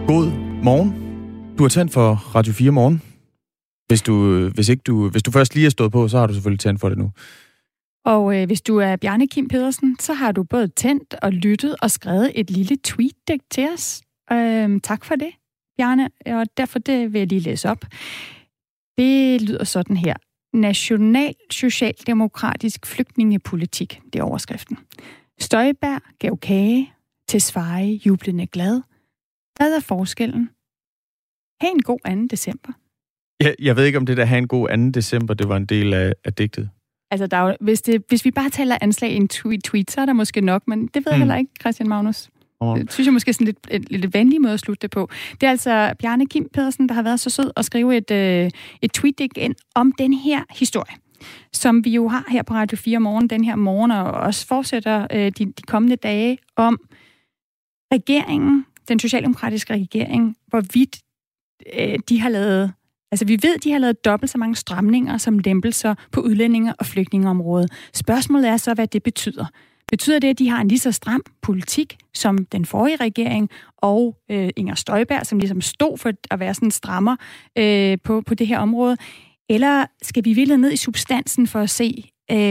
God morgen. Du har tændt for Radio 4 morgen. Hvis du først lige er stået på, så har du selvfølgelig tændt for det nu. Og hvis du er Bjarne Kim Pedersen, så har du både tændt og lyttet og skrevet et lille tweet til os. Tak for det, Bjarne, og derfor det vil jeg lige læse op. Det lyder sådan her. National socialdemokratisk flygtningepolitik, det er overskriften. Støjberg gav kage, Tesfaye jublende glad. Hvad er forskellen? Ha' en god 2. december. Jeg ved ikke, om det der have en god 2. december, det var en del af digtet. Altså, der er jo, hvis vi bare taler anslag i en tweet, så er der måske nok, men det ved jeg heller ikke, Christian Magnus. Det synes jeg måske er sådan lidt venlig måde at slutte det på. Det er altså Bjarne Kim Pedersen, der har været så sød at skrive et tweet igen om den her historie, som vi jo har her på Radio 4 morgen, den her morgen, og også fortsætter de kommende dage om regeringen, den socialdemokratiske regering, hvorvidt de har lavet. Altså, vi ved, de har lavet dobbelt så mange stramninger som lempelser på udlændinge- og flygtningeområdet. Spørgsmålet er så, hvad det betyder. Betyder det, at de har en lige så stram politik som den forrige regering og Inger Støjberg, som ligesom stod for at være sådan en strammer på det her område? Eller skal vi virkelig ned i substansen for at se,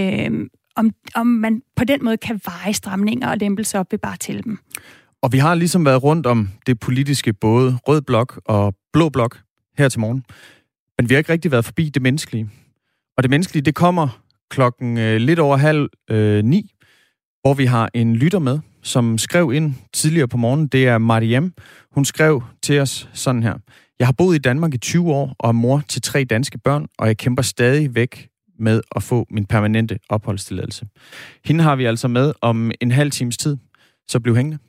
om man på den måde kan veje stramninger og lempelser op ved bare til dem? Og vi har ligesom været rundt om det politiske, både rød blok og blå blok, her til morgen. Men vi har ikke rigtig været forbi det menneskelige. Og det menneskelige, det kommer klokken lidt over 8:30, hvor vi har en lytter med, som skrev ind tidligere på morgenen. Det er Mariam. Hun skrev til os sådan her. Jeg har boet i Danmark i 20 år og er mor til 3 danske børn, og jeg kæmper stadig væk med at få min permanente opholdstilladelse. Hende har vi altså med om en halv times tid, så bliv hængende.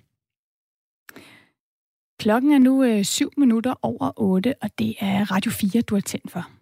Klokken er nu 8:07, og det er Radio 4, du har tændt for.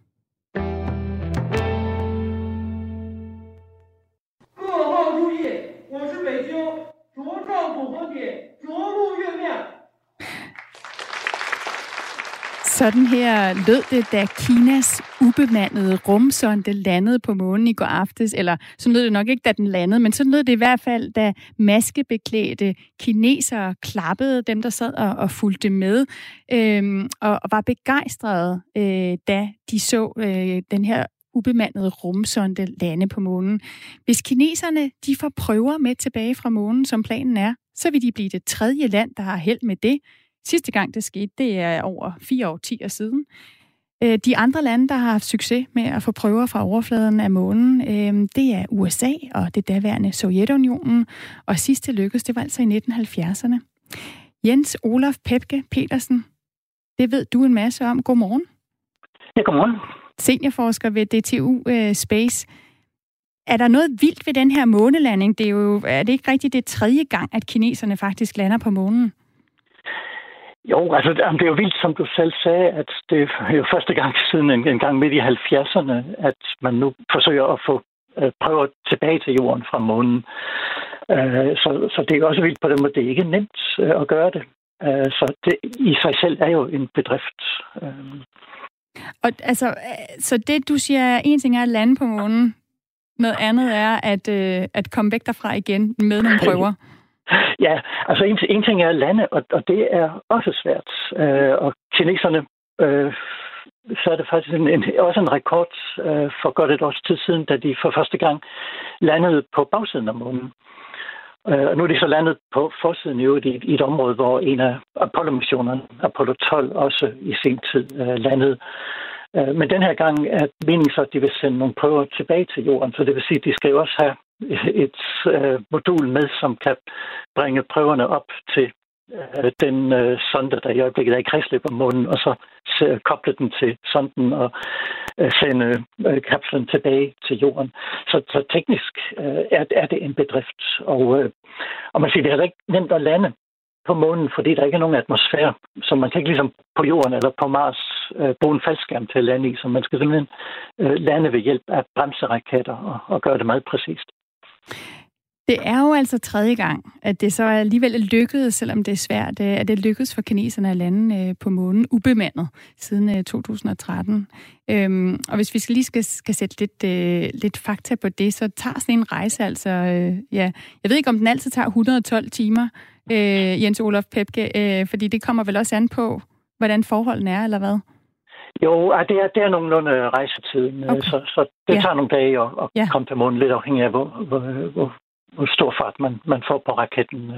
Sådan her lød det, da Kinas ubemandede rumsonde landede på månen i går aftes. Eller så lød det nok ikke, da den landede, men så lød det i hvert fald, da maskebeklædte kinesere klappede, dem der sad og fulgte med, og var begejstrede, da de så den her ubemandede rumsonde lande på månen. Hvis kineserne de får prøver med tilbage fra månen, som planen er, så vil de blive det 3. land, der har held med det. Sidste gang det skete, det er over 4 årtier siden. De andre lande, der har haft succes med at få prøver fra overfladen af månen, det er USA og det daværende Sovjetunionen. Og sidst det lykkedes, det var altså i 1970'erne. Jens Olaf Pepke Petersen, det ved du en masse om. Godmorgen. Ja, godmorgen. Seniorforsker ved DTU Space. Er der noget vildt ved den her månelanding? Er det ikke rigtigt, det er 3. gang, at kineserne faktisk lander på månen? Jo, altså det er jo vildt, som du selv sagde, at det er jo første gang siden en gang midt i 70'erne, at man nu forsøger at få prøver tilbage til jorden fra månen. Så det er jo også vildt på den måde, det er ikke nemt at gøre det. Så det i sig selv er jo en bedrift. Og altså, så det du siger, en ting er at lande på månen, noget andet er at komme væk derfra igen med nogle prøver. Ja, altså en ting er at lande, og det er også svært. Og kineserne satte faktisk også en rekord for godt et års tid siden, da de for første gang landede på bagsiden af månen. Og nu er de så landet på forsiden i et område, hvor en af Apollo-missionerne, Apollo 12, også i sin tid landede. Men den her gang er meningen så, at de vil sende nogle prøver tilbage til jorden. Så det vil sige, at de skal jo også have et modul med, som kan bringe prøverne op til den sonde, der i øjeblikket er i kredsløb om månen, og så koble den til sonden og sende kapslen tilbage til jorden. Så teknisk er det en bedrift. Og man siger, det er ikke nemt at lande på månen, fordi der ikke er nogen atmosfære, så man kan ikke ligesom på jorden eller på Mars bruge en faldskærm til at lande i, så man skal simpelthen lande ved hjælp af bremseraketter og gøre det meget præcist. Det er jo altså 3. gang, at det så alligevel er lykkedes, selvom det er svært, at det lykkedes for kineserne at lande på månen ubemandet siden 2013. Og hvis vi lige skal sætte lidt fakta på det, så tager sådan en rejse altså, jeg ved ikke, om den altid tager 112 timer, Jens Olaf Pepke? Fordi det kommer vel også an på, hvordan forholdene er, eller hvad? Jo, det er nogenlunde rejsetiden, okay. Så det tager nogle dage at komme til månen, lidt afhængig af, hvor stor fart man får på raketten.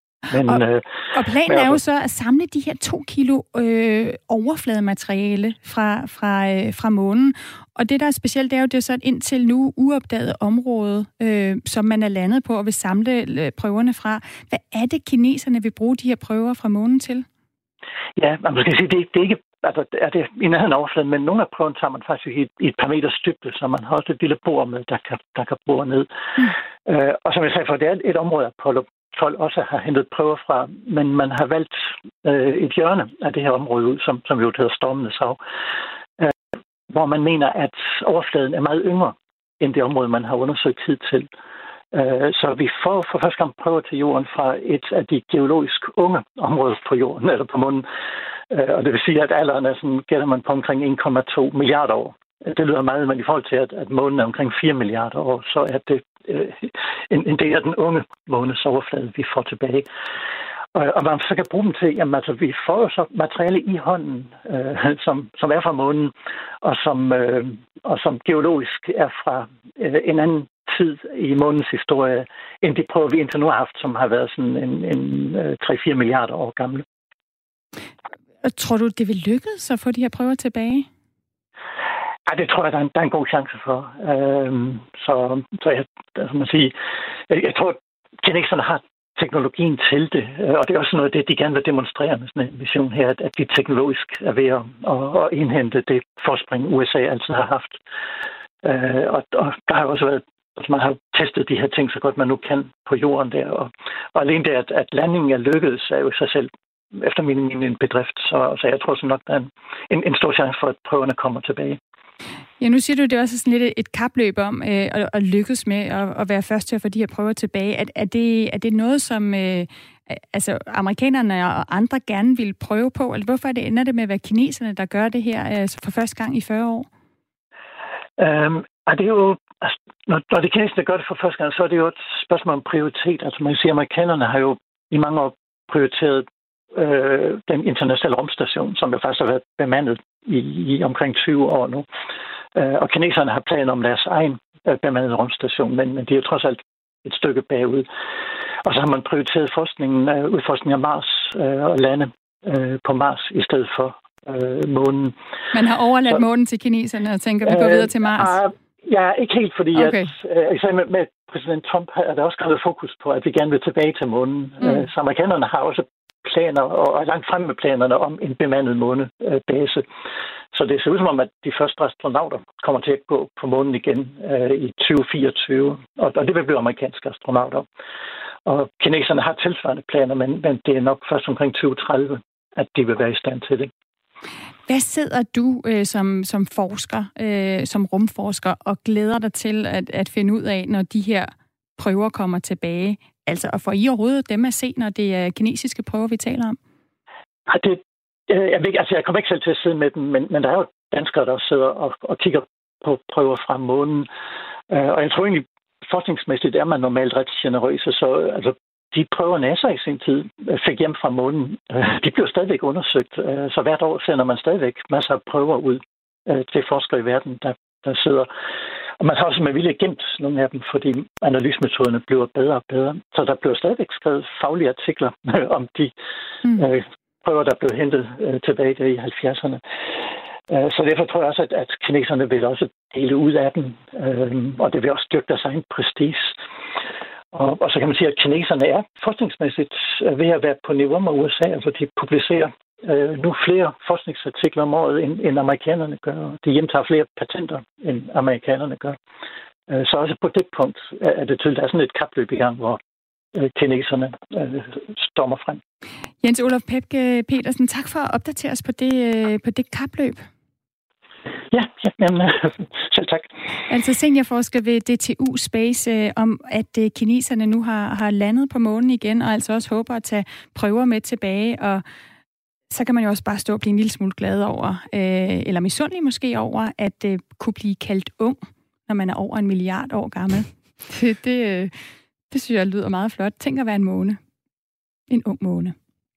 Og planen er jo så at samle de her 2 kilo overflademateriale fra månen. Og det, der er specielt, det er jo, det er så et indtil nu uopdaget område, som man er landet på og vil samle prøverne fra. Hvad er det, kineserne vil bruge de her prøver fra månen til? Ja, man skal sige, det er ikke er det i nærheden af overfladen, men nogle af prøverne tager man faktisk i et par meters dybde, så man har også et lille bord med, der kan bore ned. Og som jeg sagde, for det er et område, Apollo 12 også har hentet prøver fra, men man har valgt et hjørne af det her område ud, som jo hedder Stormenes Hav, hvor man mener, at overfladen er meget yngre end det område, man har undersøgt hidtil. Så vi får for første gang prøver til jorden fra et af de geologisk unge områder på jorden, eller på månen. Og det vil sige, at alderen er sådan, gætter man på omkring 1,2 milliarder år. Det lyder meget, men i forhold til, at månen er omkring 4 milliarder år, så er det en del af den unge månens overflade, vi får tilbage. Og man så kan bruge dem til, jamen altså, vi får jo så materiale i hånden, som er fra månen, og som geologisk er fra en anden tid i månens historie, end de prøver, vi indtil nu har haft, som har været sådan en 3-4 milliarder år gamle. Tror du, det vil lykkes at få de her prøver tilbage? Ja, det tror jeg, der er en god chance for. Så jeg, altså man siger, jeg tror, at kineserne har teknologien til det, og det er også noget af det, de gerne vil demonstrere med sådan en mission her, at de teknologisk er ved at indhente det forspring, USA altid har haft. Og der har også været, altså man har testet de her ting så godt man nu kan på jorden der, og alene det, at landingen er lykkedes, er jo i sig selv efter min mening en bedrift, så jeg tror så nok, der er en stor chance for, at prøverne kommer tilbage. Ja, nu siger du, det er også sådan lidt et kapløb om at lykkes med at være først til at få de her prøver tilbage. Er det noget, som altså amerikanerne og andre gerne vil prøve på? Eller hvorfor ender det med at være kineserne, der gør det her altså for første gang i 40 år? Det er jo, altså, når de kineserne gør det for første gang, så er det jo et spørgsmål om prioritet. Altså man siger, amerikanerne har jo i mange år prioriteret den internationale rumstation, som jo faktisk har været bemandet i omkring 20 år nu. Og kineserne har planer om deres egen bemandede rumstation, men de er jo trods alt et stykke bagud. Og så har man prioriteret udforskningen af Mars og lande på Mars i stedet for månen. Man har overladt månen til kineserne og tænker, vi går videre til Mars? Ja, ikke helt, fordi især med præsident Trump er der også kommet fokus på, at vi gerne vil tilbage til månen. Så amerikanerne har også planer, og er langt fremme med planerne om en bemandet månebase. Så det ser ud som om, at de første astronauter kommer til at gå på månen igen i 2024, og det vil blive amerikanske astronauter. Og kineserne har tilsvarende planer, men det er nok først omkring 2030, at de vil være i stand til det. Hvad sidder du som forsker, som rumforsker, og glæder dig til at finde ud af, når de her prøver kommer tilbage? Altså, og får I overhovedet dem at se, når det er kinesiske prøver, vi taler om? Jeg kommer ikke selv til at sidde med dem, men der er jo danskere, der sidder og kigger på prøver fra månen. Og jeg tror egentlig, forskningsmæssigt er man normalt ret generøse, så altså, de prøver NASA i sin tid fik hjem fra månen, de bliver stadigvæk undersøgt. Så hvert år sender man stadigvæk masser af prøver ud til forskere i verden, der sidder. Og man har også med vilje gemt nogle af dem, fordi analysemetoderne bliver bedre og bedre. Så der bliver stadigvæk skrevet faglige artikler om de prøver, der blev hentet tilbage der i 70'erne. Så derfor tror jeg også, at kineserne vil også dele ud af dem, og det vil også styrke deres egen prestige. Og så kan man sige, at kineserne er forskningsmæssigt ved at være på niveau med USA. Altså de publicerer nu flere forskningsartikler om året, end amerikanerne gør. De hjemtager flere patenter, end amerikanerne gør. Så også på det punkt er det tydeligt, at der er sådan et kapløb i gang, hvor kineserne stormer frem. Jens Olaf Pepke Petersen, tak for at opdatere os på det kapløb. Ja, jamen, selv tak. Altså seniorforsker ved DTU Space om, at kineserne nu har landet på månen igen, og altså også håber at tage prøver med tilbage, og så kan man jo også bare stå og blive en lille smule glad over, eller misundelig måske over, at kunne blive kaldt ung, når man er over 1 milliard år gammel. Det synes jeg lyder meget flot. Tænk at være en måne. en ung måne.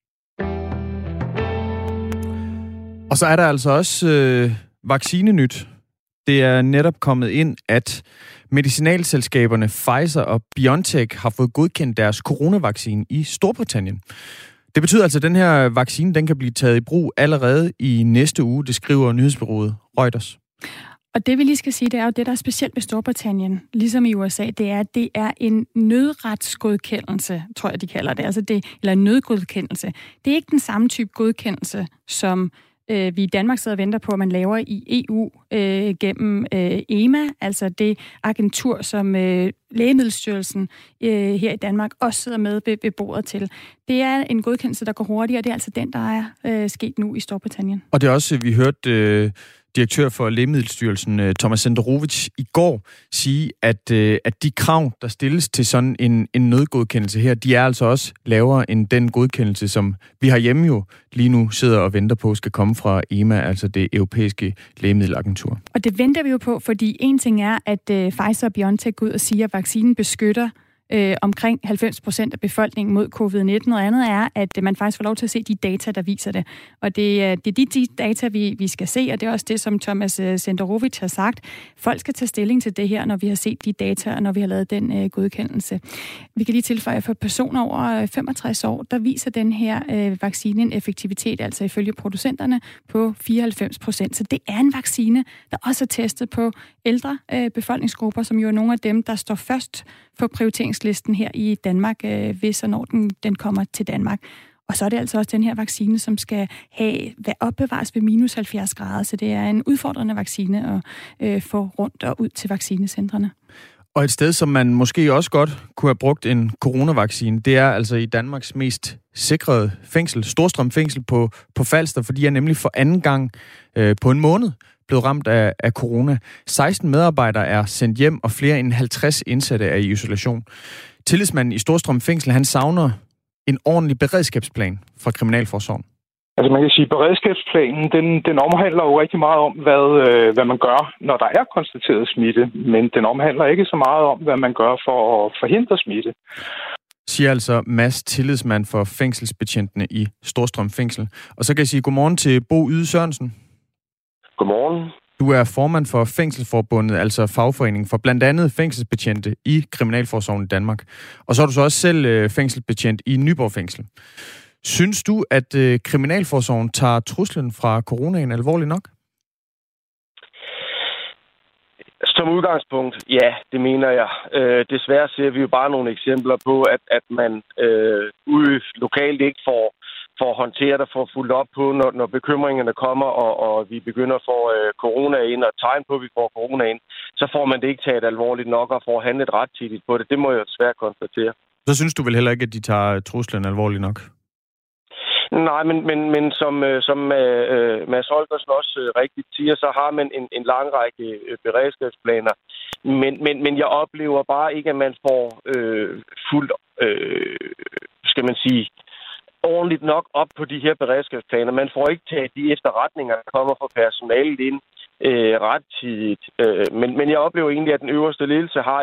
Og så er der altså også vaccinenyt. Det er netop kommet ind, at medicinalselskaberne Pfizer og BioNTech har fået godkendt deres coronavaccine i Storbritannien. Det betyder altså, at den her vaccine den kan blive taget i brug allerede i næste uge, det skriver nyhedsbureauet Reuters. Og det vi lige skal sige, det er jo det, der er specielt ved Storbritannien, ligesom i USA, det er, at det er en nødretsgodkendelse, tror jeg, de kalder det, eller en nødgodkendelse. Det er ikke den samme type godkendelse, som vi i Danmark sidder og venter på, at man laver i EU gennem EMA, altså det agentur, som Lægemiddelstyrelsen her i Danmark også sidder med ved bordet til. Det er en godkendelse, der går hurtigere, og det er altså den, der er sket nu i Storbritannien. Og det er også, vi hørte direktør for Lægemiddelstyrelsen, Thomas Senderovic, i går sige, at de krav, der stilles til sådan en nødgodkendelse her, de er altså også lavere end den godkendelse, som vi herhjemme jo lige nu sidder og venter på, skal komme fra EMA, altså det europæiske lægemiddelagentur. Og det venter vi jo på, fordi en ting er, at Pfizer og BioNTech går ud og siger, at vaccinen beskytter omkring 90% af befolkningen mod covid-19. Noget andet er, at man faktisk får lov til at se de data, der viser det. Og det er de data, vi skal se, og det er også det, som Thomas Senderovic har sagt. Folk skal tage stilling til det her, når vi har set de data, og når vi har lavet den godkendelse. Vi kan lige tilføje, for personer over 65 år, der viser den her vaccine en effektivitet, altså ifølge producenterne, på 94%. Så det er en vaccine, der også er testet på ældre befolkningsgrupper, som jo er nogle af dem, der står først på prioriteringslisten her i Danmark, hvis og når den kommer til Danmark. Og så er det altså også den her vaccine, som skal være opbevares ved minus 70 grader, så det er en udfordrende vaccine at få rundt og ud til vaccinecentrene. Og et sted, som man måske også godt kunne have brugt en coronavaccine, det er altså i Danmarks mest sikrede fængsel, Storstrøm Fængsel på Falster, fordi jeg nemlig for anden gang på en måned blevet ramt af corona. 16 medarbejdere er sendt hjem, og flere end 50 indsatte er i isolation. Tillidsmanden i Storstrøm Fængsel, han savner en ordentlig beredskabsplan fra Kriminalforsorgen. Altså man kan sige, at beredskabsplanen, den omhandler jo rigtig meget om, hvad man gør, når der er konstateret smitte, men den omhandler ikke så meget om, hvad man gør for at forhindre smitte. Siger altså Mads, tillidsmand for fængselsbetjentene i Storstrøm Fængsel. Og så kan jeg sige godmorgen til Bo Yde Sørensen. Godmorgen. Du er formand for Fængselsforbundet, altså fagforeningen for blandt andet fængselsbetjente i Kriminalforsorgen i Danmark. Og så er du så også selv fængselsbetjent i Nyborg Fængsel. Synes du, at Kriminalforsorgen tager truslen fra coronaen alvorligt nok? Som udgangspunkt, ja, det mener jeg. Desværre ser vi jo bare nogle eksempler på, at man ude lokalt ikke får håndteret og får fuldt op på, når bekymringerne kommer, og vi begynder at få corona ind, og tegn på, at vi får corona ind, så får man det ikke taget alvorligt nok og får handlet rettidigt på det. Det må jeg jo desværre konstatere. Så synes du vel heller ikke, at de tager truslen alvorligt nok? Nej, men som Mads Holgersen også rigtigt siger, så har man en lang række beredskabsplaner. Men jeg oplever bare ikke, at man får fuldt, skal man sige, ordentligt nok op på de her beredskabsplaner. Man får ikke taget de efterretninger, der kommer fra personalet ind rettidigt. Men jeg oplever egentlig, at den øverste ledelse har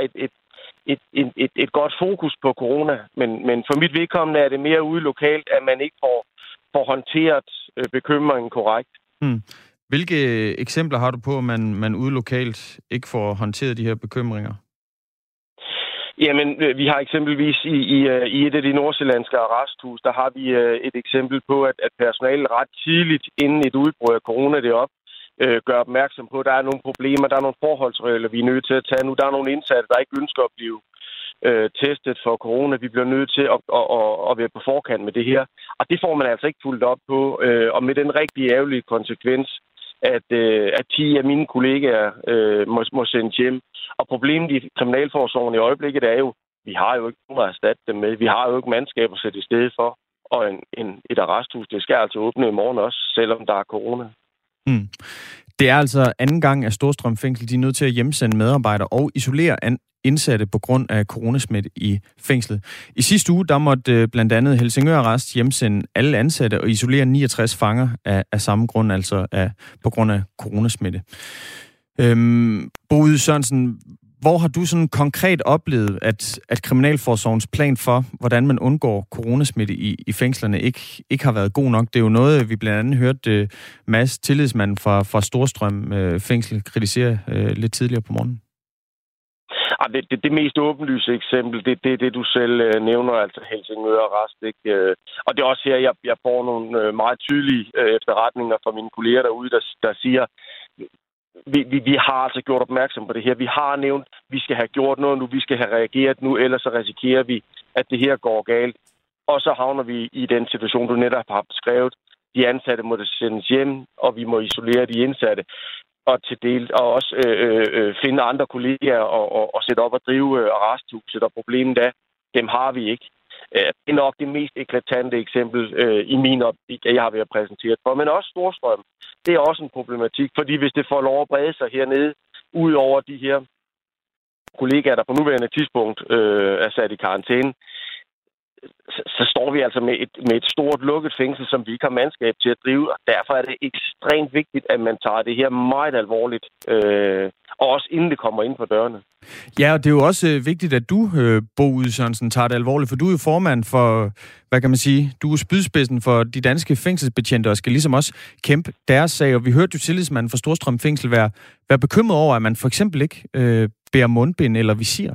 et godt fokus på corona. Men for mit vedkommende er det mere ude lokalt, at man ikke får håndteret bekymringen korrekt. Hvilke eksempler har du på, at man ude lokalt ikke får håndteret de her bekymringer? Jamen, vi har eksempelvis i et af de nordsjællandske arresthus, der har vi et eksempel på, at personalet ret tidligt inden et udbrud af corona deroppe gør opmærksom på, at der er nogle problemer, der er nogle forholdsregler, vi er nødt til at tage nu. Der er nogle indsatte, der ikke ønsker at blive testet for corona. Vi bliver nødt til at være på forkant med det her. Og det får man altså ikke fulgt op på, og med den rigtig ærgerlige konsekvens, at 10 af mine kollegaer må sendes hjem. Og problemet i Kriminalforsorgen i øjeblikket er jo, vi har jo ikke nogen at erstatte dem med. Vi har jo ikke mandskab at sætte i stedet for. Og et arresthus, det skal altså åbne i morgen også, selvom der er corona. Det er altså anden gang, at Storstrøm Fængsel de er nødt til at hjemsende medarbejdere og isolere indsatte på grund af coronasmitte i fængslet. I sidste uge, der måtte blandt andet Helsingør Arrest hjemsende alle ansatte og isolere 69 fanger af samme grund, altså på grund af coronasmitte. Bo Yde Sørensen, hvor har du sådan konkret oplevet, at Kriminalforsorgens plan for, hvordan man undgår coronasmitte i fængslerne, ikke har været god nok? Det er jo noget, vi blandt andet hørte Mads, tillidsmand fra Storstrøm fængsel, kritisere lidt tidligere på morgenen. Det mest åbenlyse eksempel, det du selv nævner, altså Helsingør Arrest, ikke? Og det er også her, jeg får nogle meget tydelige efterretninger fra mine kolleger derude, der siger, vi har altså gjort opmærksom på det her. Vi har nævnt, vi skal have gjort noget nu, vi skal have reageret nu, ellers så risikerer vi, at det her går galt. Og så havner vi i den situation, du netop har beskrevet. De ansatte må sendes hjem, og vi må isolere de indsatte. Og også finde andre kolleger og sætte op og drive arresthuset. Og problemet er, dem har vi ikke. Det er nok det mest eklatante eksempel i min optik, at jeg har været præsenteret for. Men også Storstrøm. Det er også en problematik, fordi hvis det får lov at brede sig hernede, ud over de her kollegaer, der på nuværende tidspunkt er sat i karantæne, så står vi altså med et stort lukket fængsel, som vi ikke har mandskab til at drive, og derfor er det ekstremt vigtigt, at man tager det her meget alvorligt, og også inden det kommer ind på dørene. Ja, og det er jo også vigtigt, at du, Bo Yde Sørensen, tager det alvorligt, for du er jo formand for, hvad kan man sige, du er spydspidsen for de danske fængselsbetjente, og skal ligesom også kæmpe deres sag, og vi hørte jo tillidsmanden fra Storstrøm Fængsel være bekymret over, at man for eksempel ikke bærer mundbind eller visir.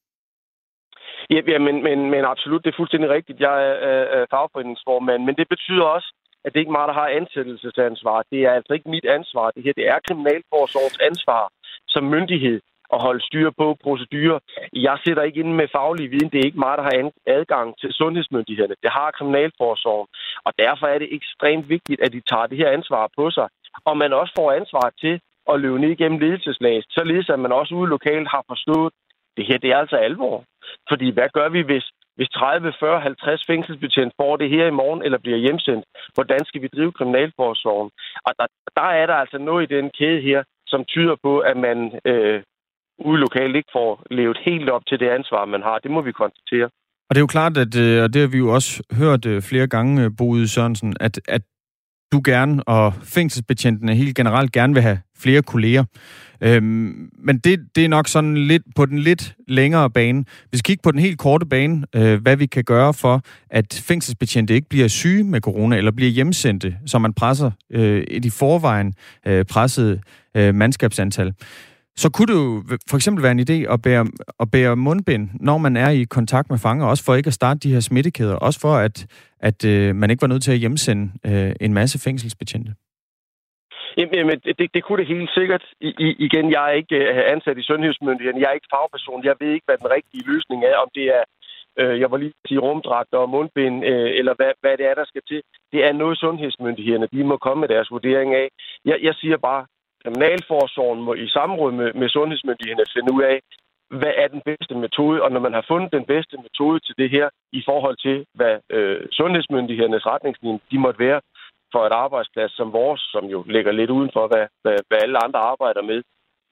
Ja, men absolut, det er fuldstændig rigtigt. Jeg er fagforeningsformand, men det betyder også, at det ikke er mig, der har ansættelsesansvar. Det er altså ikke mit ansvar. Det her, det er Kriminalforsorgens ansvar som myndighed at holde styr på procedurer. Jeg sidder ikke inde med faglig viden. Det er ikke mig, der har adgang til sundhedsmyndighederne. Det har Kriminalforsorgen. Og derfor er det ekstremt vigtigt, at de tager det her ansvar på sig. Og man også får ansvar til at løbe ned igennem ledelseslaget, således at man også ude lokalt har forstået, det her, det er altså alvor. Fordi hvad gør vi, hvis 30, 40, 50 fængselsbetjente får det her i morgen, eller bliver hjemsendt? Hvordan skal vi drive Kriminalforsorgen? Og der er der altså noget i den kæde her, som tyder på, at man ude lokalt ikke får levet helt op til det ansvar, man har. Det må vi konstatere. Og det er jo klart, at, og det har vi jo også hørt flere gange, Bo Yde Sørensen, at du gerne, og fængselsbetjentene helt generelt gerne vil have flere kolleger. Men det er nok sådan lidt på den lidt længere bane. Vi skal kigge på den helt korte bane, hvad vi kan gøre for, at fængselsbetjente ikke bliver syge med corona, eller bliver hjemsendte, så man presser et i forvejen presset mandskabsantal. Så kunne det jo for eksempel være en idé at bære mundbind, når man er i kontakt med fanger, også for ikke at starte de her smittekæder, også for at man ikke var nødt til at hjemsende en masse fængselsbetjente. Jamen, det kunne det helt sikkert. Igen, jeg er ikke ansat i sundhedsmyndigheden. Jeg er ikke fagperson. Jeg ved ikke, hvad den rigtige løsning er. Om det er, jeg var lige til rumdragter og mundbind, eller hvad det er, der skal til. Det er noget sundhedsmyndighederne. De må komme med deres vurdering af. Jeg siger bare, Kriminalforsorgen må i samråd med sundhedsmyndighederne finde ud af, hvad er den bedste metode, og når man har fundet den bedste metode til det her, i forhold til, hvad sundhedsmyndighedernes retningslinjer, de måtte være for et arbejdsplads som vores, som jo ligger lidt uden for, hvad alle andre arbejder med,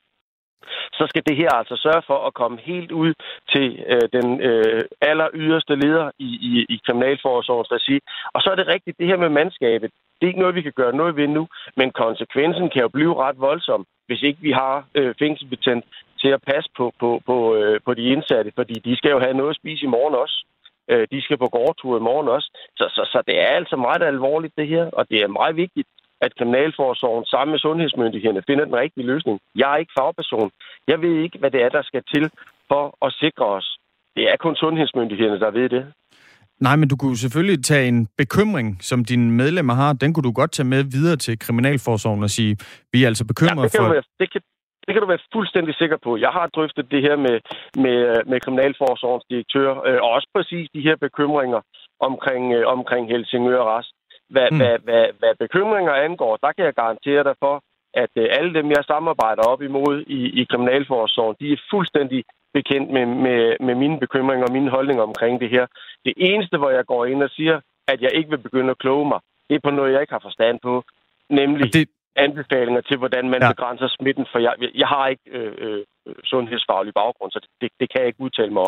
så skal det her altså sørge for at komme helt ud til den aller yderste leder i Kriminalforsorgens regi. Og så er det rigtigt, det her med mandskabet, det er ikke noget, vi kan gøre noget ved nu, men konsekvensen kan jo blive ret voldsom, hvis ikke vi har fængselsbetjent til at passe på de indsatte, fordi de skal jo have noget at spise i morgen også. De skal på gårdtur i morgen også. Så det er altså meget alvorligt, det her, og det er meget vigtigt, at Kriminalforsorgen sammen med sundhedsmyndighederne finder den rigtige løsning. Jeg er ikke fagperson. Jeg ved ikke, hvad det er, der skal til for at sikre os. Det er kun sundhedsmyndighederne, der ved det. Nej, men du kunne selvfølgelig tage en bekymring, som dine medlemmer har. Den kunne du godt tage med videre til Kriminalforsorgen og sige, vi er altså bekymrede for... Det kan du være fuldstændig sikker på. Jeg har drøftet det her med Kriminalforsorgens direktør, og også præcis de her bekymringer omkring Helsingør Arrest. Hvad bekymringer angår, der kan jeg garantere dig for, at alle dem, jeg samarbejder op imod i Kriminalforsorgen, de er fuldstændig bekendt med mine bekymringer og mine holdninger omkring det her. Det eneste, hvor jeg går ind og siger, at jeg ikke vil begynde at kloge mig, det er på noget, jeg ikke har forstand på, nemlig anbefalinger til, hvordan man begrænser smitten, for jeg har ikke sundhedsfaglig baggrund, så det kan jeg ikke udtale mig om.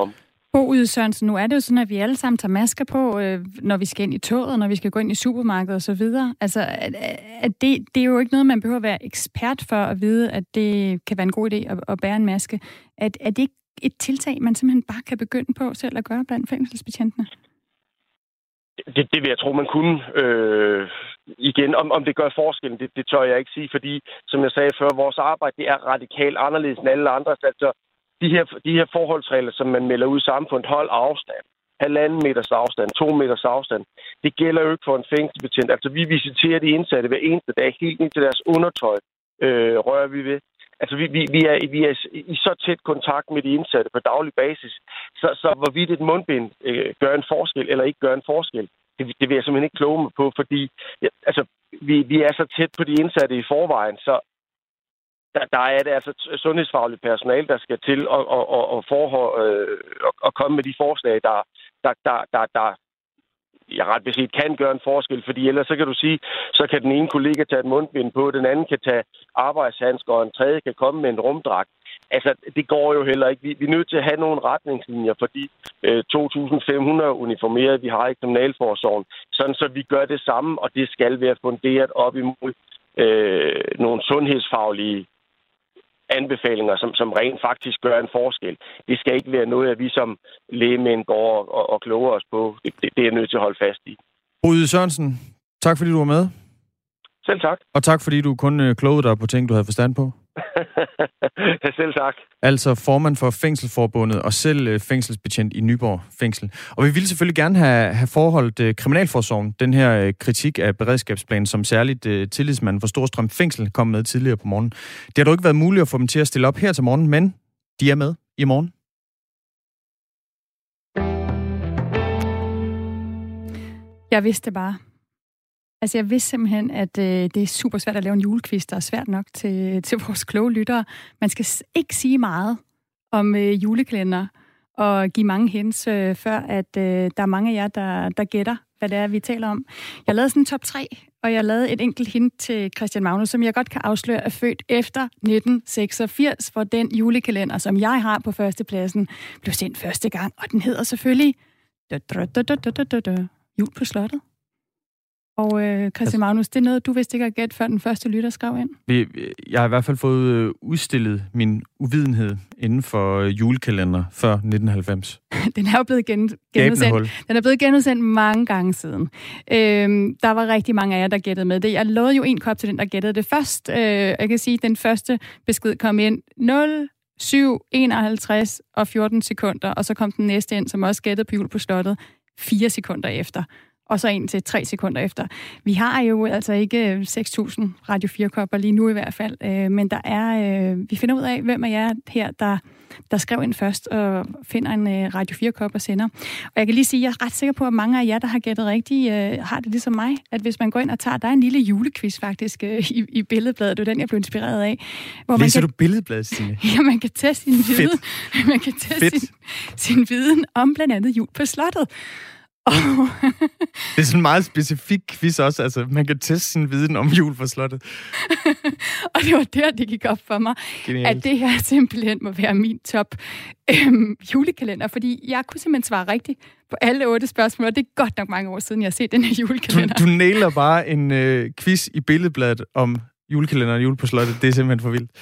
Bo Yde Sørensen, nu er det jo sådan, at vi alle sammen tager masker på, når vi skal ind i toget, når vi skal gå ind i supermarkedet og så videre. Altså, det er jo ikke noget, man behøver at være ekspert for at vide, at det kan være en god idé at bære en maske. Er det ikke et tiltag, man simpelthen bare kan begynde på selv at gøre blandt fængselsbetjentene? Det vil jeg tro, man kunne. Igen, om det gør forskellen, det tør jeg ikke sige, fordi, som jeg sagde før, vores arbejde det er radikalt anderledes end alle andres. Altså, de her forholdsregler, som man melder ud i samfundet, hold afstand, 1,5 meters afstand, 2 meters afstand, det gælder jo ikke for en fængselsbetjent. Altså, vi visiterer de indsatte hver eneste dag, helt ned til deres undertøj, rører vi ved. Altså, vi er i så tæt kontakt med de indsatte på daglig basis, så hvorvidt et mundbind gør en forskel eller ikke gør en forskel, det vil jeg simpelthen ikke kloge mig på, fordi altså, vi er så tæt på de indsatte i forvejen, så der er det altså sundhedsfagligt personale, der skal til at komme med de forslag, der jeg ret beset kan gøre en forskel, fordi ellers så kan du sige, så kan den ene kollega tage et mundbind på, den anden kan tage arbejdshandsker, og en tredje kan komme med en rumdragt. Altså, det går jo heller ikke. Vi er nødt til at have nogle retningslinjer for de 2.500 uniformerede, vi har i kriminalforsorgen, sådan så vi gør det samme, og det skal være funderet op imod nogle sundhedsfaglige anbefalinger, som rent faktisk gør en forskel. Det skal ikke være noget, at vi som lægemænd går og kloger os på. Det er nødt til at holde fast i. Bo Yde Sørensen, tak fordi du var med. Selv tak. Og tak fordi du kun klogede dig på ting, du havde forstand på. Ja, selv tak. Altså formand for Fængselsforbundet og selv fængselsbetjent i Nyborg Fængsel. Og vi ville selvfølgelig gerne have forholdt Kriminalforsorgen, den her kritik af beredskabsplanen, som særligt tillidsmanden for Storstrøm Fængsel kom med tidligere på morgen. Det har dog ikke været muligt at få dem til at stille op her til morgen, men de er med i morgen. Jeg vidste bare. Altså, jeg vidste simpelthen, at det er super svært at lave en julequiz, der er svært nok til vores kloge lyttere. Man skal ikke sige meget om julekalender og give mange hints, før at der er mange af jer, der gætter, hvad det er, vi taler om. Jeg lavede sådan en top 3, og jeg lavede et enkelt hint til Christian Magnus, som jeg godt kan afsløre er født efter 1986, hvor den julekalender, som jeg har på førstepladsen, blev sendt første gang, og den hedder selvfølgelig Jul på Slottet. Og Christian Magnus, det er noget, du vidste ikke at gætte, før den første lytter skrev ind? Jeg har i hvert fald fået udstillet min uvidenhed inden for julekalender før 1990. Den er jo blevet genudsendt. Den er blevet genudsendt mange gange siden. Der var rigtig mange af jer, der gættede med det. Jeg lovede jo en kop til den, der gættede det først. Jeg kan sige, at den første besked kom ind 0, 7, 51 og 14 sekunder, og så kom den næste ind, som også gættede på Jul på Slottet 4 sekunder efter. Og så en til 3 sekunder efter. Vi har jo altså ikke 6.000 Radio 4-kopper lige nu i hvert fald, men der er, vi finder ud af, hvem af jer her, der skrev ind først og finder en Radio 4-kop og sender. Og jeg kan lige sige, at jeg er ret sikker på, at mange af jer, der har gættet rigtigt, har det ligesom mig, at hvis man går ind og tager, der er en lille julequiz faktisk i Billedbladet, det er den, jeg blev inspireret af. Læser du Billedbladet, Stine? Ja, man kan teste sin viden. Man kan teste sin viden om blandt andet Jul på Slottet. Det er sådan en meget specifik quiz også, altså man kan teste sin viden om Jul på Slottet. Og det var der, det gik op for mig, Genialt. At det her simpelthen må være min top julekalender, fordi jeg kunne simpelthen svare rigtigt på alle 8 spørgsmål, og det er godt nok mange år siden, jeg har set den her julekalender. Du nailer bare en quiz i Billedbladet om julekalender og Jul på Slottet, det er simpelthen for vildt.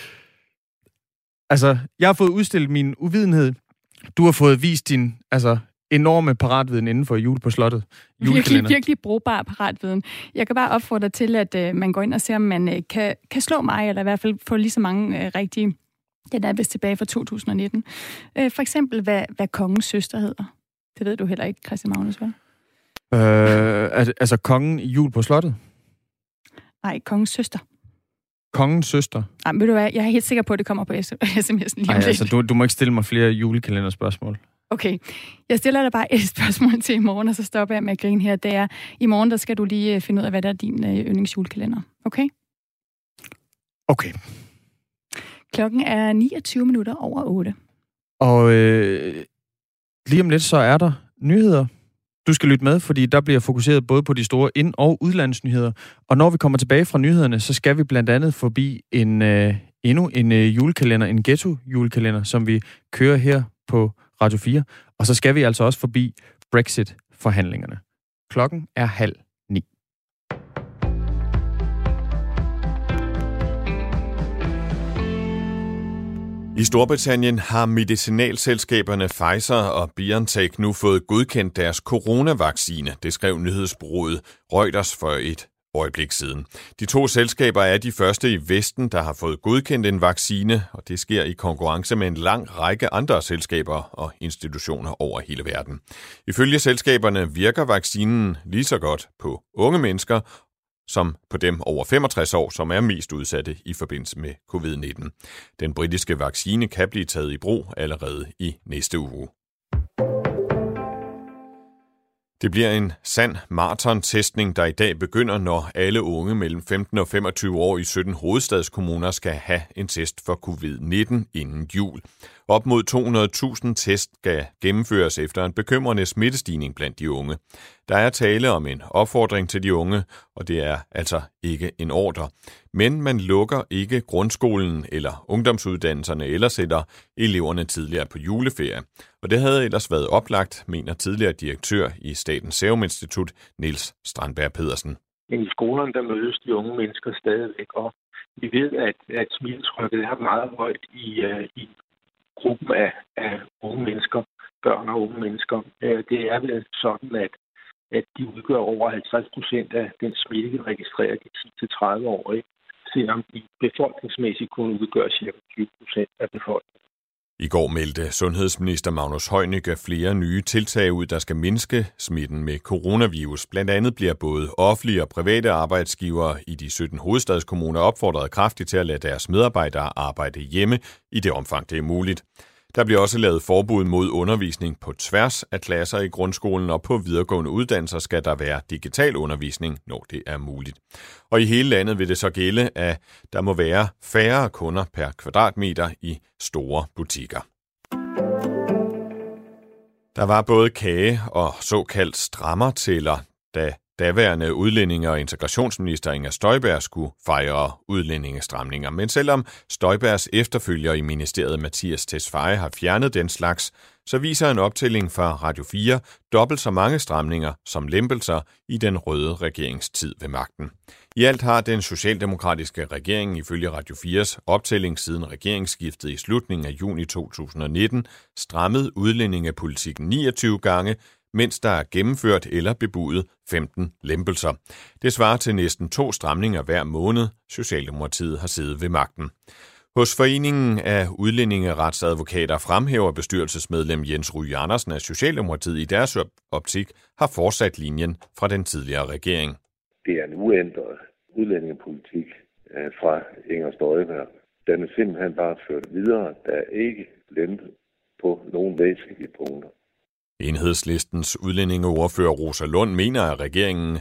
Altså, jeg har fået udstillet min uvidenhed, du har fået vist din, enorme paratviden inden for Jul på Slottet. Virkelig brugbar paratviden. Jeg kan bare opfordre til, at man går ind og ser, om man kan slå mig, eller i hvert fald få lige så mange rigtige. Den er vist tilbage fra 2019. For eksempel, hvad kongens søster hedder. Det ved du heller ikke, Christian Magnus, vel? Altså kongen i Jul på Slottet? Nej, kongens søster. Kongens søster? Nej, ved du hvad, jeg er helt sikker på, at det kommer på sms'en lige om lidt. Altså, du må ikke stille mig flere julekalenderspørgsmål. Okay, jeg stiller dig bare et spørgsmål til i morgen, og så stopper jeg med at grine her. Det er, i morgen, der skal du lige finde ud af, hvad der er din yndlingsjulekalender. Okay? Okay. Klokken er 8:29. Og lige om lidt, så er der nyheder. Du skal lytte med, fordi der bliver fokuseret både på de store ind- og udlandsnyheder. Og når vi kommer tilbage fra nyhederne, så skal vi blandt andet forbi endnu en julekalender, en ghetto-julekalender, som vi kører her på Radio 4. Og så skal vi altså også forbi Brexit-forhandlingerne. Klokken er 8:30. I Storbritannien har medicinalselskaberne Pfizer og BioNTech nu fået godkendt deres coronavaccine, det skrev nyhedsbureauet Reuters for et øjeblik siden. De to selskaber er de første i Vesten, der har fået godkendt en vaccine, og det sker i konkurrence med en lang række andre selskaber og institutioner over hele verden. Ifølge selskaberne virker vaccinen lige så godt på unge mennesker, som på dem over 65 år, som er mest udsatte i forbindelse med covid-19. Den britiske vaccine kan blive taget i brug allerede i næste uge. Det bliver en sand maratontestning, der i dag begynder, når alle unge mellem 15 og 25 år i 17 hovedstadskommuner skal have en test for covid-19 inden jul. Op mod 200.000 test skal gennemføres efter en bekymrende smittestigning blandt de unge. Der er tale om en opfordring til de unge, og det er altså ikke en ordre. Men man lukker ikke grundskolen eller ungdomsuddannelserne eller sætter eleverne tidligere på juleferie. Og det havde ellers været oplagt, mener tidligere direktør i Statens Serum Institut, Niels Strandberg Pedersen. Men i skolerne, der mødes de unge mennesker stadigvæk, og vi ved, at smittetrykket er meget højt i gruppen af unge mennesker, børn og unge mennesker. Det er vel sådan, at de udgør over 50% af den smitte, vi registrerer de 10-30-årige, selvom de befolkningsmæssigt kun udgør ca. 20% af befolkningen. I går meldte sundhedsminister Magnus Heunicke flere nye tiltag ud, der skal mindske smitten med coronavirus. Blandt andet bliver både offentlige og private arbejdsgivere i de 17 hovedstadskommuner opfordret kraftigt til at lade deres medarbejdere arbejde hjemme i det omfang, det er muligt. Der bliver også lavet forbud mod undervisning på tværs af klasser i grundskolen, og på videregående uddannelser skal der være digital undervisning, når det er muligt. Og i hele landet vil det så gælde, at der må være færre kunder per kvadratmeter i store butikker. Der var både kage og såkaldt strammertæller, da daværende udlændinge- og integrationsminister Inger Støjberg skulle fejre udlændingestramninger. Men selvom Støjbergs efterfølger i ministeriet Mattias Tesfaye har fjernet den slags, så viser en optælling fra Radio 4 dobbelt så mange stramninger som lempelser i den røde regeringstid ved magten. I alt har den socialdemokratiske regering ifølge Radio 4's optælling siden regeringsskiftet i slutningen af juni 2019 strammet udlændingepolitikken 29 gange, mens der er gennemført eller bebudet 15 lempelser. Det svarer til næsten 2 stramninger hver måned, Socialdemokratiet har siddet ved magten. Hos Foreningen af udlændingeretsadvokater fremhæver bestyrelsesmedlem Jens Ryge Andersen, at Socialdemokratiet i deres optik har fortsat linjen fra den tidligere regering. Det er en uændret udlændingepolitik fra Inger Støjberg. Den er simpelthen bare ført videre. Der er ikke lempet på nogen væsentlige punkter. Enhedslistens udlændingeordfører Rosa Lund mener, at regeringen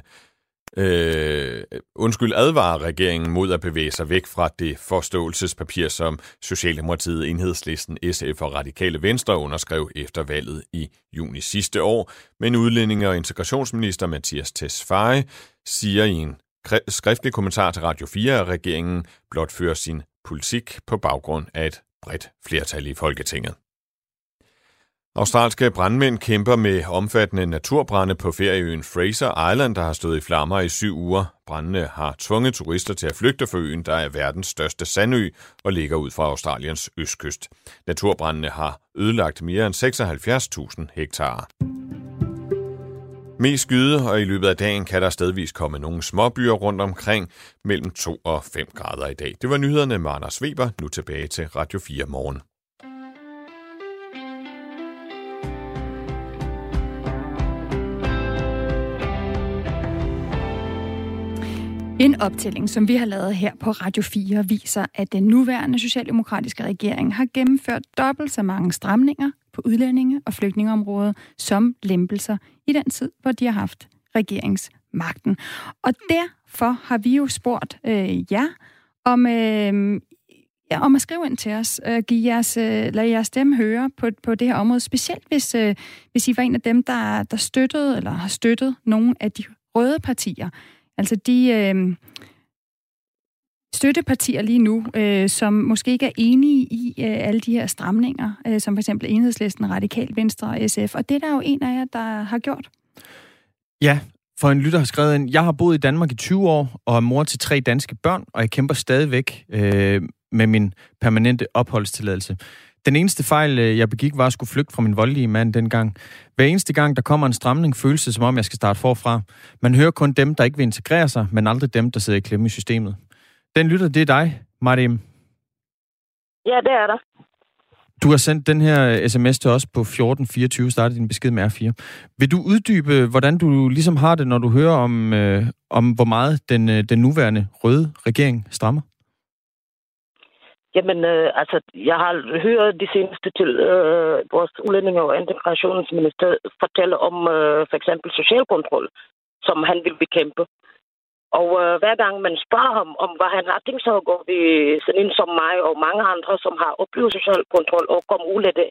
advarer regeringen mod at bevæge sig væk fra det forståelsespapir, som Socialdemokratiet, Enhedslisten, SF og Radikale Venstre underskrev efter valget i juni sidste år. Men udlændinge- og integrationsminister Mattias Tesfaye siger i en skriftlig kommentar til Radio 4, at regeringen blot fører sin politik på baggrund af et bredt flertal i Folketinget. Australske brandmænd kæmper med omfattende naturbrande på ferieøen Fraser Island, der har stået i flammer i 7 uger. Brandene har tvunget turister til at flygte fra øen, der er verdens største sandø og ligger ud fra Australiens østkyst. Naturbrandene har ødelagt mere end 76.000 hektar. Mest skyde, og i løbet af dagen kan der stedvis komme nogle småbyer rundt omkring mellem 2 og 5 grader i dag. Det var nyhederne med Anders Weber, nu tilbage til Radio 4 morgen. En optælling, som vi har lavet her på Radio 4, viser, at den nuværende socialdemokratiske regering har gennemført dobbelt så mange stramninger på udlændinge- og flygtningeområdet som lempelser i den tid, hvor de har haft regeringsmagten. Og derfor har vi jo spurgt jer om at skrive ind til os, lad jeres stemme høre på det her område, specielt hvis I var en af dem, der støttede eller har støttet nogle af de røde partier. Altså de støttepartier lige nu, som måske ikke er enige i alle de her stramninger, som for eksempel Enhedslisten, Radikal Venstre og SF. Og det er der jo en af jer, der har gjort. Ja, for en lytter har skrevet ind, jeg har boet i Danmark i 20 år og er mor til 3 danske børn, og jeg kæmper stadigvæk med min permanente opholdstilladelse. Den eneste fejl, jeg begik, var at skulle flygte fra min voldelige mand dengang. Hver eneste gang, der kommer en stramning, føles det, som om jeg skal starte forfra. Man hører kun dem, der ikke vil integrere sig, men aldrig dem, der sidder i klemme i systemet. Den lytter, det er dig, Mariam. Ja, det er der. Du har sendt den her sms til os på 1424, startede din besked med R4. Vil du uddybe, hvordan du ligesom har det, når du hører om hvor meget den nuværende røde regering strammer? Jamen, jeg har hørt de seneste til vores udlændinge- og integrationsminister fortælle om for eksempel social kontrol, som han vil bekæmpe. Og hver gang man spørger ham om, hvad han har tænkt sig at gå ved sådan en som mig og mange andre, som har oplevet social kontrol og kommet ud af det,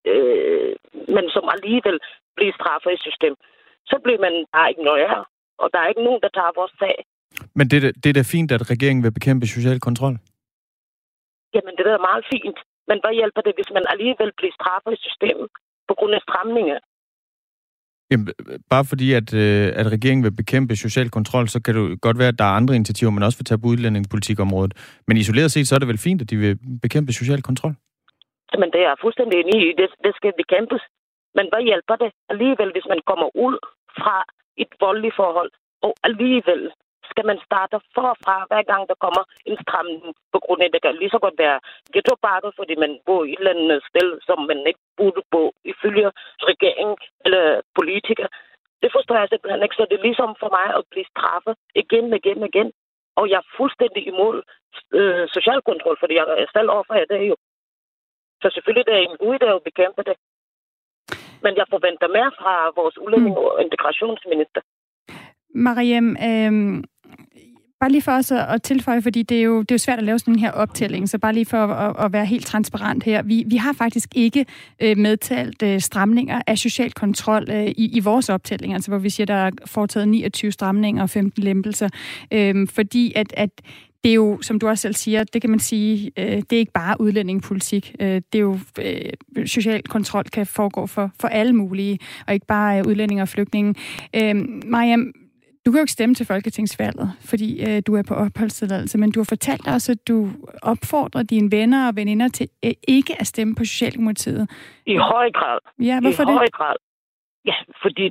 men som alligevel bliver straffet i system, så bliver man bare ignoreret, og der er ikke nogen, der tager vores sag. Men det er da fint, at regeringen vil bekæmpe social kontrol? Jamen, det er meget fint. Men hvad hjælper det, hvis man alligevel bliver straffet i systemet på grund af stramninger? Jamen, bare fordi, at regeringen vil bekæmpe social kontrol, så kan det godt være, at der er andre initiativer, man også vil tage på udlændingepolitikområdet. Men isoleret set, så er det vel fint, at de vil bekæmpe social kontrol? Men det er jeg fuldstændig enig i. Det skal bekæmpes. Men hvad hjælper det alligevel, hvis man kommer ud fra et voldeligt forhold, og alligevel skal man starte forfra, hver gang der kommer en stramning på grund af, det kan lige så godt være ghettoparker, fordi man bor i et eller andet sted, som man ikke burde bo ifølge regeringen eller politikere. Det forstår jeg simpelthen ikke, så det er ligesom for mig at blive straffet igen. Og jeg er fuldstændig imod social kontrol, fordi jeg er selv overfor det jo. Så selvfølgelig det er en god idé at bekæmpe det. Men jeg forventer mere fra vores udlændinge- og integrationsminister. Mariam, bare lige for os at tilføje, fordi det er jo svært at lave sådan en her optælling, så bare lige for at være helt transparent her. Vi har faktisk ikke medtalt stramninger af social kontrol i vores optælling, altså hvor vi siger, der er foretaget 29 stramninger og 15 lempelser, fordi at det er jo, som du også selv siger, det kan man sige, det er ikke bare udlændingepolitik. Det er jo, social kontrol kan foregå for alle mulige, og ikke bare udlændinge og flygtninge. Mariam, du kan jo ikke stemme til folketingsvalget, fordi du er på opholdstilladelse, men du har fortalt os, at du opfordrer dine venner og veninder til ikke at stemme på Socialdemokratiet. I høj grad. Ja, hvorfor det? I høj grad. Ja, fordi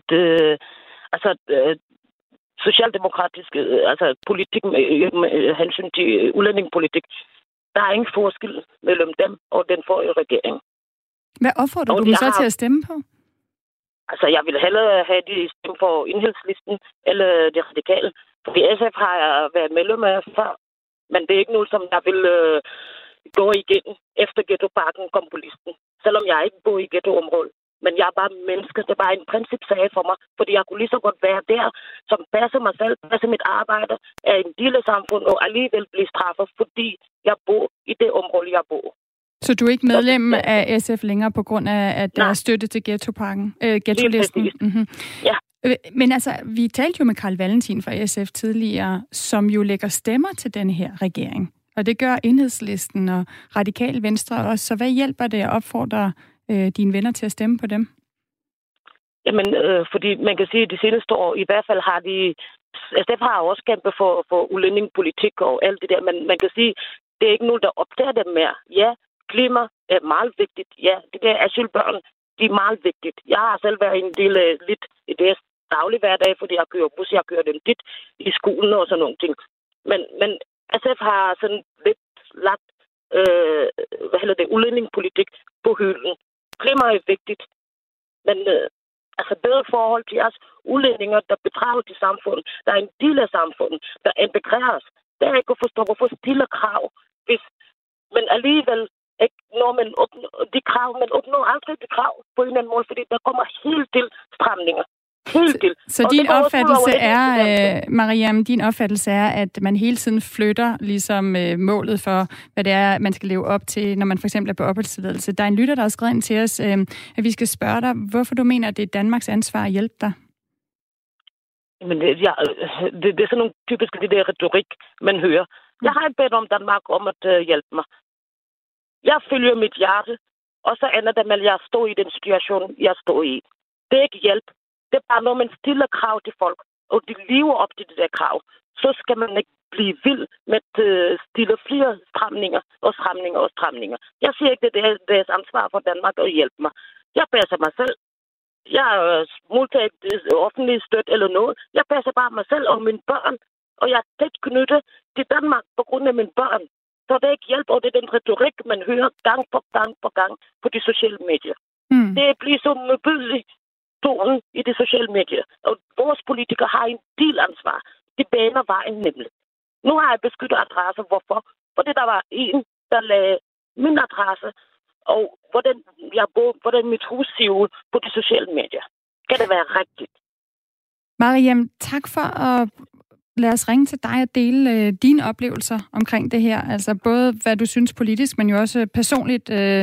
socialdemokratisk, politik med hensyn til udlændingepolitik, der er ingen forskel mellem dem og den forrige regering. Hvad opfordrer du dem så til at stemme på? Altså, jeg vil hellere have de stemme for Enhedslisten eller de radikale. Fordi SF har jeg været medlem af før, men det er ikke noget, som jeg vil gå igen efter ghettoparken kom på listen. Selvom jeg ikke bor i ghettoområdet. Men jeg er bare menneske. Det var en principsag for mig, fordi jeg kunne lige så godt være der, som passer mig selv, passer mit arbejde, er en del af samfundet, og alligevel blive straffet, fordi jeg bor i det område, jeg bor. Så du er ikke medlem af SF længere på grund af, at der er støtte til ghettoparken, ghettolisten? Mm-hmm. Ja. Men altså, vi talte jo med Carl Valentin fra SF tidligere, som jo lægger stemmer til denne her regering. Og det gør Enhedslisten og Radikal Venstre også. Så hvad hjælper det at opfordre dine venner til at stemme på dem? Jamen, fordi man kan sige, at de seneste år, i hvert fald har SF har også kæmpet for udlændingepolitik og alt det der, men man kan sige, det er ikke nogen, der opdager dem mere. Ja, klima er meget vigtigt. Ja, det der asylbørn, de er meget vigtigt. Jeg har selv været en del af lidt i deres daglige hverdag, fordi jeg kører bus, jeg kører dem dit i skolen og sådan nogle ting. Men SF har sådan lidt lagt udlændingepolitik på hylden. Klima er vigtigt, men bedre forhold til jeres udlændinge, der bedrager til samfundet, der er en del af samfundet, der integreres. Det er ikke at forstå, hvorfor stiller krav, hvis men alligevel ikke når man opnår de krav, man opnår aldrig de krav på en eller anden måde, fordi der kommer helt til stramninger. Så din opfattelse er, Mariam, din opfattelse er, at man hele tiden flytter ligesom målet for, hvad det er, man skal leve op til, når man for eksempel er på opholdstilladelse. Der er en lytter, der har skrevet ind til os, at vi skal spørge dig, hvorfor du mener, at det er Danmarks ansvar at hjælpe dig? Men det er sådan nogle typiske det der retorik, man hører. Jeg har ikke bedt om Danmark om at hjælpe mig. Jeg følger mit hjerte, og så ender det med, at jeg står i den situation, jeg står i. Det er ikke hjælp. Det er bare, når man stiller krav til folk, og de lever op til det der krav, så skal man ikke blive vild med at stille flere stramninger. Jeg siger ikke, det er deres ansvar for Danmark at hjælpe mig. Jeg passer mig selv. Jeg har modtaget offentlig støtte eller noget. Jeg passer bare mig selv og mine børn. Og jeg er tæt knyttet til Danmark på grund af mine børn. Så det er ikke hjælp, og det er den retorik, man hører gang på gang på de sociale medier. Det bliver så modbydeligt tonen i de sociale medier. Og vores politikere har en del ansvar. De baner vejen nemlig. Nu har jeg beskyttet adresser. Hvorfor? Fordi der var en, der lagde min adresse, og hvordan mit hus ser ud på de sociale medier. Kan det være rigtigt? Mariam, tak for at lade os ringe til dig og dele dine oplevelser omkring det her. Altså både hvad du synes politisk, men jo også personligt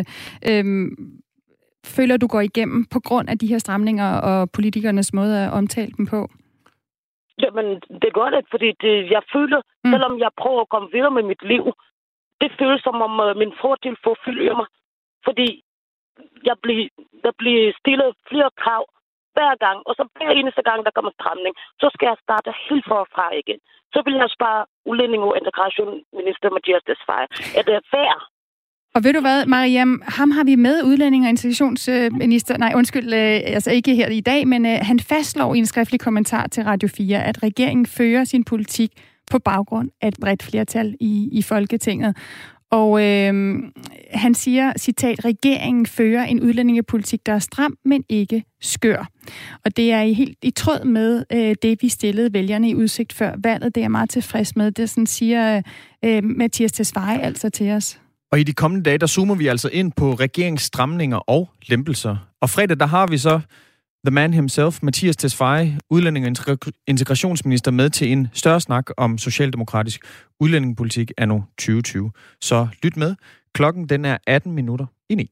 føler, du går igennem på grund af de her stramninger og politikernes måde at omtale dem på. Jamen, det gør det, fordi jeg føler, selvom jeg prøver at komme videre med mit liv, det føles som om min fortid forfølger mig. Fordi der bliver stillet flere krav hver gang, og så hver eneste gang, der kommer stramning, så skal jeg starte helt forfra igen. Så vil jeg spørge udlænding- og integrationsminister Mattias Tesfaye. Er det fair? Og ved du hvad, Mariam, ham har vi med, udlænding- og integrationsminister, altså ikke her i dag, men han fastslår i en skriftlig kommentar til Radio 4, at regeringen fører sin politik på baggrund af et bredt flertal i Folketinget. Og han siger, citat, regeringen fører en udlændingepolitik, der er stram, men ikke skør. Og det er helt i tråd med det, vi stillede vælgerne i udsigt før valget. Det er jeg meget tilfreds med. Det sådan siger Mattias Tesfaye altså til os. Og i de kommende dage, der zoomer vi altså ind på regeringsstramninger og lempelser. Og fredag, der har vi så the man himself, Mattias Tesfaye, udlænding- og integrationsminister, med til en større snak om socialdemokratisk udlændingepolitik anno 2020. Så lyt med. Klokken den er 8:18.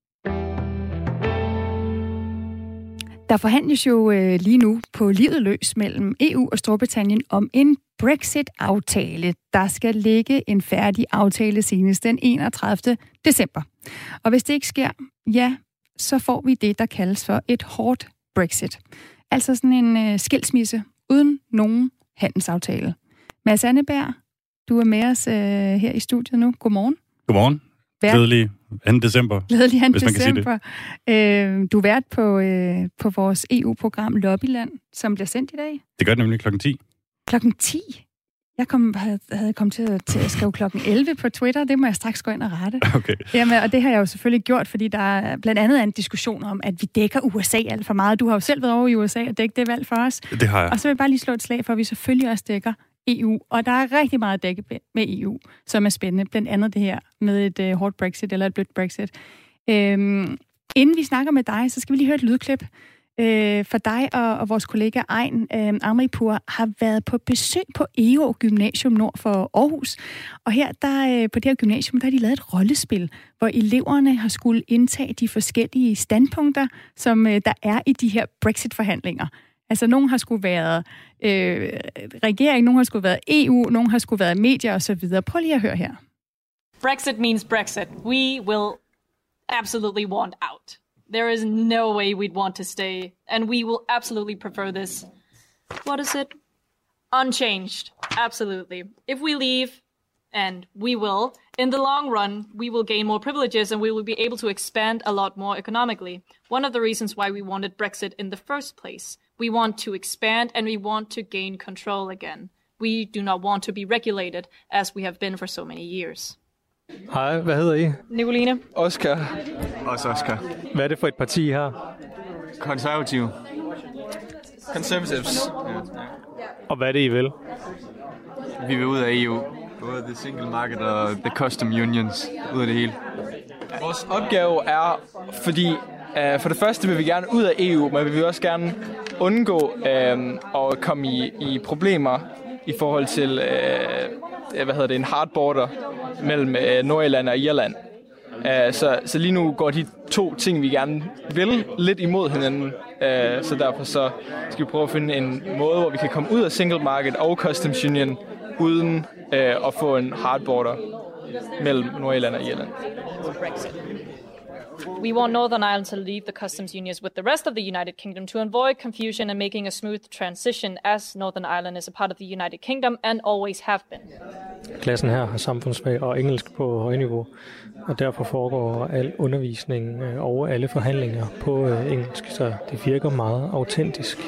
Der forhandles jo lige nu på livet løs mellem EU og Storbritannien om en Brexit-aftale. Der skal ligge en færdig aftale senest den 31. december. Og hvis det ikke sker, ja, så får vi det, der kaldes for et hårdt Brexit. Altså sådan en skilsmisse uden nogen handelsaftale. Mads Anneberg, du er med os her i studiet nu. Godmorgen. Godmorgen. Glædelig 2. december, Glædelig 2. hvis man kan sige det. Du er vært på vores EU-program Lobbyland, som bliver sendt i dag. Det gør det nemlig klokken 10. Klokken 10? Jeg havde kommet til at skrive klokken 11 på Twitter. Det må jeg straks gå ind og rette. Okay. Jamen, og det har jeg jo selvfølgelig gjort, fordi der er blandt andet en diskussion om, at vi dækker USA alt for meget. Du har jo selv været over i USA og dækket det valg for os. Det har jeg. Og så vil jeg bare lige slå et slag for, at vi selvfølgelig også dækker EU. Og der er rigtig meget at dække med EU, som er spændende. Blandt andet det her med et hårdt Brexit eller et blødt Brexit. Inden vi snakker med dig, så skal vi lige høre et lydklip. For dig og vores kollega Ayn Amripur har været på besøg på EO Gymnasium nord for Aarhus. Og her på det her gymnasium, der har de lavet et rollespil, hvor eleverne har skulle indtage de forskellige standpunkter, som der er i de her Brexit-forhandlinger. Altså, nogen har skulle været regering, nogen har skulle været EU, nogen har skulle været medier osv. Prøv lige at høre her. Brexit means Brexit. We will absolutely want out. There is no way we'd want to stay, and we will absolutely prefer this. What is it? Unchanged. Absolutely. If we leave, and we will, in the long run, we will gain more privileges and we will be able to expand a lot more economically. One of the reasons why we wanted Brexit in the first place. We want to expand and we want to gain control again. We do not want to be regulated as we have been for so many years. Hej, hvad hedder I? Nicoline. Oscar. Også Oscar. Hvad er det for et parti her? Konservative. Conservatives. Ja. Og hvad er det, I vil? Vi vil ud af EU. Både the single market og the custom unions. Ud af det hele. Vores opgave er, fordi for det første vil vi gerne ud af EU, men vi vil også gerne undgå at komme i problemer i forhold til en hard border mellem Nordirland og Irland. Så lige nu går de to ting, vi gerne vil, lidt imod hinanden. Så derfor så skal vi prøve at finde en måde, hvor vi kan komme ud af single market og customs union, uden at få en hard border mellem Nordirland og Irland. We want Northern Ireland to leave the customs unions with the rest of the United Kingdom to avoid confusion and making a smooth transition, as Northern Ireland is a part of the United Kingdom and always have been. Klassen her har samfundsfag og engelsk på højniveau, og derfor foregår al undervisning og alle forhandlinger på engelsk, så det virker meget autentisk.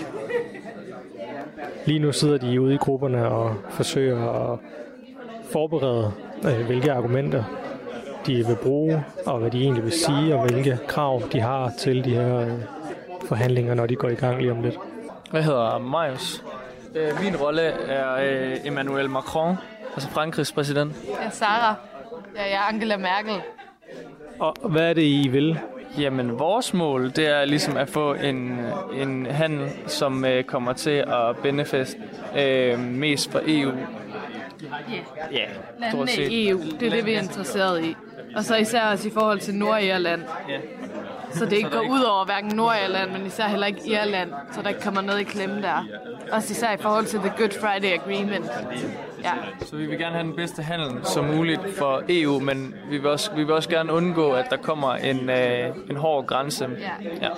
Lige nu sidder de ude i grupperne og forsøger at forberede, hvilke argumenter de vil bruge, og hvad de egentlig vil sige, og hvilke krav de har til de her forhandlinger, når de går i gang lige om lidt. Jeg hedder Marius. Min rolle er Emmanuel Macron, altså Frankrigs præsident. Jeg er Sarah. Jeg er Angela Merkel. Og hvad er det, I vil? Jamen, vores mål, det er ligesom at få en handel, som kommer til at benefit mest for EU. Ja, landene i EU, det er det, vi er interesseret i. Og så især også i forhold til Nordirland. Så det ikke går ud over hverken Nordirland, men især heller ikke Irland, så der ikke kommer noget i klemme der. Også især i forhold til The Good Friday Agreement. Ja. Så vi vil gerne have den bedste handel som muligt for EU, men vi vil også gerne undgå, at der kommer en hård grænse. Ja.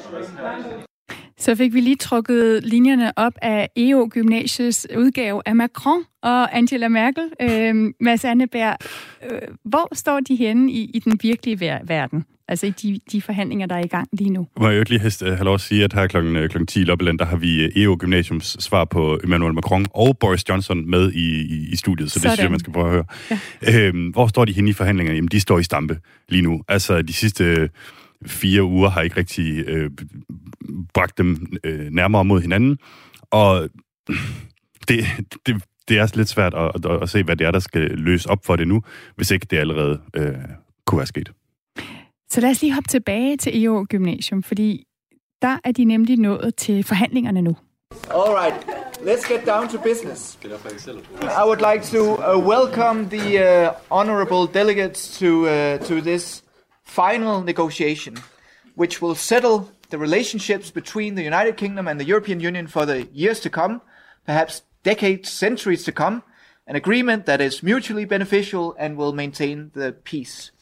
Så fik vi lige trukket linjerne op af EU-gymnasiets udgave af Macron og Angela Merkel. Mads Anneberg, hvor står de henne i den virkelige verden? Altså i de forhandlinger, der er i gang lige nu? Må jeg jo lige have lov at sige, at her klokken 10 i Loppeland, der har vi EU-gymnasiums svar på Emmanuel Macron og Boris Johnson med i studiet, så det synes jeg, man skal prøve at høre. Ja. Hvor står de henne i forhandlingerne? Jamen, de står i stampe lige nu. Altså, de sidste 4 uger har ikke rigtig bragt dem nærmere mod hinanden, og det er lidt svært at se, hvad det er, der skal løse op for det nu, hvis ikke det allerede kunne være sket. Så lad os lige hoppe tilbage til EU-gymnasium, fordi der er de nemlig nået til forhandlingerne nu. All right, let's get down to business. I would like to welcome the honorable delegates to this final negotiation, which will settle the relationships between the United Kingdom and the European Union for the years to come, perhaps decades, centuries to come, an agreement that is mutually beneficial and will maintain the peace.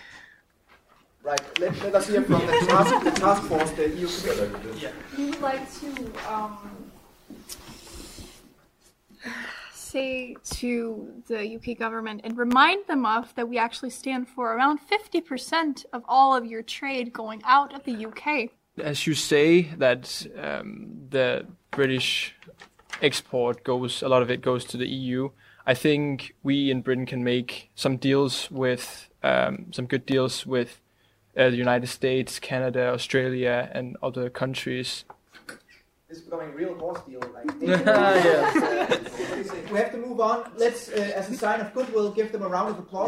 Right, let us hear from the task force, the EU Commission. Yeah. We would like to say to the UK government and remind them of that we actually stand for around 50% of all of your trade going out of the UK. As you say that the British export a lot of it goes to the EU, I think we in Britain can make some deals with, some good deals with the United States, Canada, Australia, and other countries. This is becoming a real horse deal. Like, we have to move on. Let's, as a sign of goodwill, give them a round of applause.